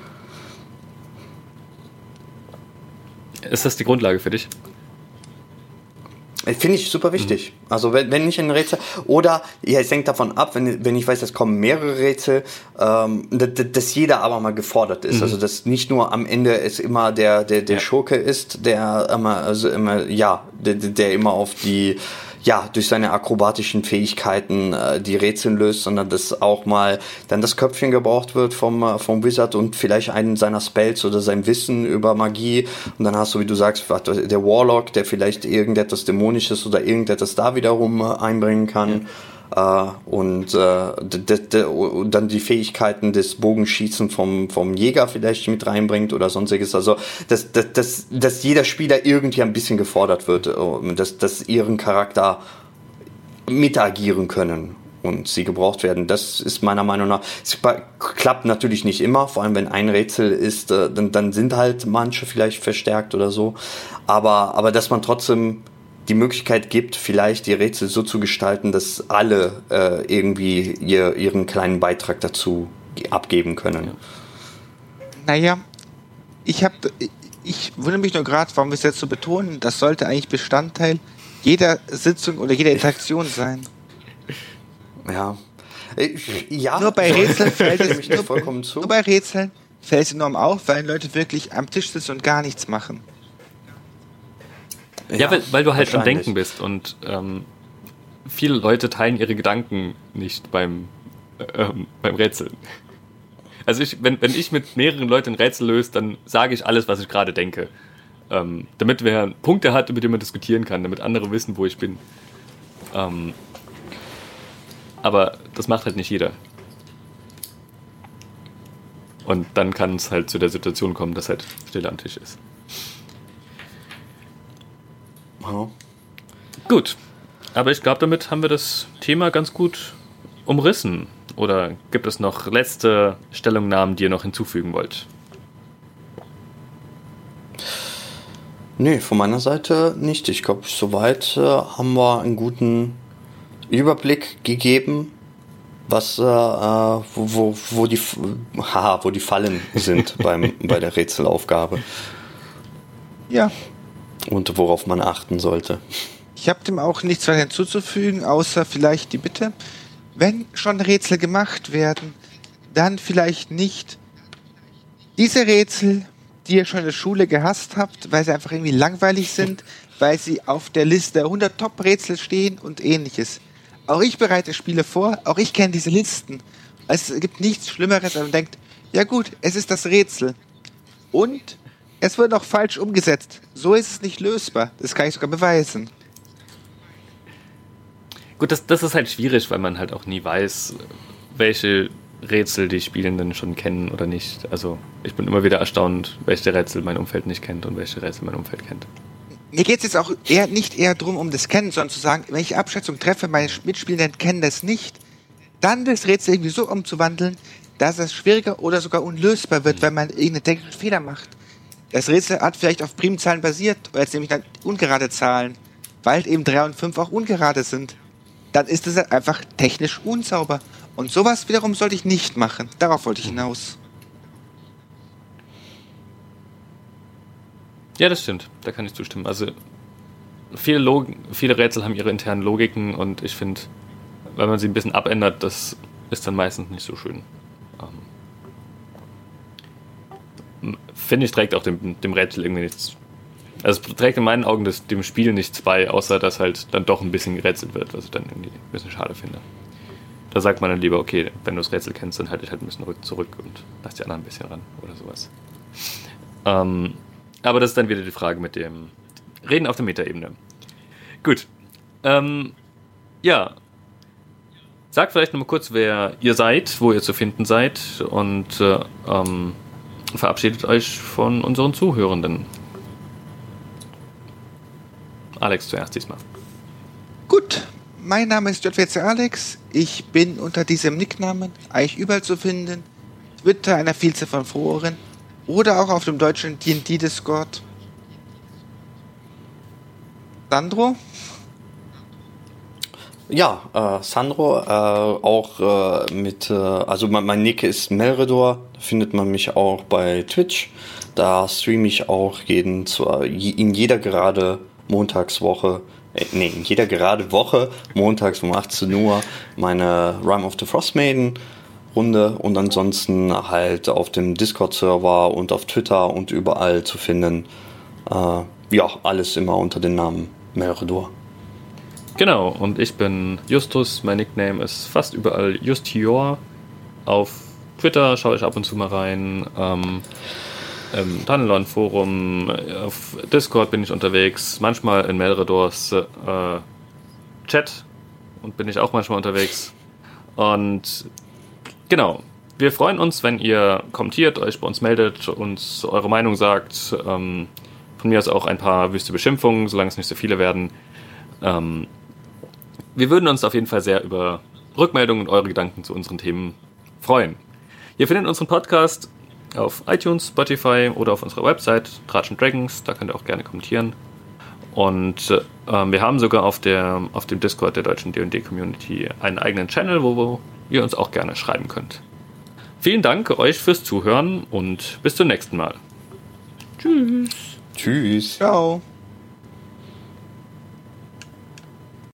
Ist das die Grundlage für dich? Finde ich super wichtig. Also wenn ich ein Rätsel, oder ja, es hängt davon ab, wenn ich weiß, es kommen mehrere Rätsel, dass jeder aber mal gefordert ist. Also dass nicht nur am Ende es immer der Schurke ist, der immer auf die, durch seine akrobatischen Fähigkeiten die Rätsel löst, sondern dass auch mal dann das Köpfchen gebraucht wird vom Wizard und vielleicht einen seiner Spells oder sein Wissen über Magie. Und dann hast du, wie du sagst, der Warlock, der vielleicht irgendetwas Dämonisches oder irgendetwas da wiederum einbringen kann. Und dann die Fähigkeiten des Bogenschießen vom Jäger vielleicht mit reinbringt oder sonstiges. Also dass jeder Spieler irgendwie ein bisschen gefordert wird, dass ihren Charakter mitagieren können und sie gebraucht werden. Das ist meiner Meinung nach, es klappt natürlich nicht immer, vor allem wenn ein Rätsel ist, dann sind halt manche vielleicht verstärkt oder so, aber dass man trotzdem die Möglichkeit gibt, vielleicht die Rätsel so zu gestalten, dass alle irgendwie ihren kleinen Beitrag dazu abgeben können. Naja, ich wundere mich nur gerade, warum wir es jetzt so betonen, das sollte eigentlich Bestandteil jeder Sitzung oder jeder Interaktion sein. Ja. Nur bei Rätseln fällt es vollkommen zu. Nur bei Rätseln fällt es enorm auf, weil Leute wirklich am Tisch sitzen und gar nichts machen. Ja, weil du halt am Denken bist und viele Leute teilen ihre Gedanken nicht beim Rätseln. Also wenn ich mit mehreren Leuten ein Rätsel löse, dann sage ich alles, was ich gerade denke. Damit wer Punkte hat, über die man diskutieren kann, damit andere wissen, wo ich bin. Aber das macht halt nicht jeder. Und dann kann es halt zu der Situation kommen, dass halt Stille am Tisch ist. Oh. Gut, aber ich glaube, damit haben wir das Thema ganz gut umrissen. Oder gibt es noch letzte Stellungnahmen, die ihr noch hinzufügen wollt? Nee, von meiner Seite nicht. Ich glaube, soweit haben wir einen guten Überblick gegeben, was wo die Fallen sind bei der Rätselaufgabe. Ja. Und worauf man achten sollte. Ich habe dem auch nichts weiter hinzuzufügen, außer vielleicht die Bitte, wenn schon Rätsel gemacht werden, dann vielleicht nicht diese Rätsel, die ihr schon in der Schule gehasst habt, weil sie einfach irgendwie langweilig sind, weil sie auf der Liste 100 Top-Rätsel stehen und ähnliches. Auch ich bereite Spiele vor, auch ich kenne diese Listen. Es gibt nichts Schlimmeres, als man denkt, ja gut, es ist das Rätsel. Und es wird auch falsch umgesetzt. So ist es nicht lösbar. Das kann ich sogar beweisen. Gut, das ist halt schwierig, weil man halt auch nie weiß, welche Rätsel die Spielenden schon kennen oder nicht. Also ich bin immer wieder erstaunt, welche Rätsel mein Umfeld nicht kennt und welche Rätsel mein Umfeld kennt. Mir geht es jetzt auch nicht eher darum, um das Kennen, sondern zu sagen, wenn ich Abschätzung treffe, meine Mitspielenden kennen das nicht, dann das Rätsel irgendwie so umzuwandeln, dass es schwieriger oder sogar unlösbar wird, weil man irgendeinen technischen Fehler macht. Das Rätsel hat vielleicht auf Primzahlen basiert, oder jetzt nämlich dann ungerade Zahlen, weil eben 3 und 5 auch ungerade sind. Dann ist es halt einfach technisch unsauber. Und sowas wiederum sollte ich nicht machen. Darauf wollte ich hinaus. Ja, das stimmt. Da kann ich zustimmen. Also viele Rätsel haben ihre internen Logiken und ich finde, wenn man sie ein bisschen abändert, das ist dann meistens nicht so schön. Finde ich, trägt auch dem Rätsel irgendwie nichts. Also es trägt in meinen Augen dem Spiel nichts bei, außer dass halt dann doch ein bisschen gerätselt wird, was ich dann irgendwie ein bisschen schade finde. Da sagt man dann lieber, okay, wenn du das Rätsel kennst, dann halte ich halt ein bisschen zurück und lass die anderen ein bisschen ran oder sowas. Aber das ist dann wieder die Frage mit dem Reden auf der Metaebene. Gut. Ja. Sagt vielleicht nochmal kurz, wer ihr seid, wo ihr zu finden seid und verabschiedet euch von unseren Zuhörenden. Alex zuerst diesmal. Gut, mein Name ist JWC Alex. Ich bin unter diesem Nicknamen eigentlich überall zu finden. Twitter, einer Vielzahl von Foren oder auch auf dem deutschen D&D Discord. Sandro? Ja, Sandro, auch also mein Nick ist Melredor, da findet man mich auch bei Twitch. Da streame ich auch in jeder gerade Montagswoche, in jeder gerade Woche, montags um 18 Uhr, meine Rime of the Frostmaiden Runde und ansonsten halt auf dem Discord-Server und auf Twitter und überall zu finden. Ja, alles immer unter dem Namen Melredor. Genau, und ich bin Justus, mein Nickname ist fast überall Justior. Auf Twitter schaue ich ab und zu mal rein, im Tunnelon-Forum, auf Discord bin ich unterwegs, manchmal in Melredors Chat und bin ich auch manchmal unterwegs. Und genau, wir freuen uns, wenn ihr kommentiert, euch bei uns meldet, uns eure Meinung sagt. Von mir aus auch ein paar wüste Beschimpfungen, solange es nicht so viele werden. Wir würden uns auf jeden Fall sehr über Rückmeldungen und eure Gedanken zu unseren Themen freuen. Ihr findet unseren Podcast auf iTunes, Spotify oder auf unserer Website Dratsch & Dragons, da könnt ihr auch gerne kommentieren. Und wir haben sogar auf dem Discord der deutschen D&D-Community einen eigenen Channel, wo ihr uns auch gerne schreiben könnt. Vielen Dank euch fürs Zuhören und bis zum nächsten Mal. Tschüss. Tschüss. Ciao.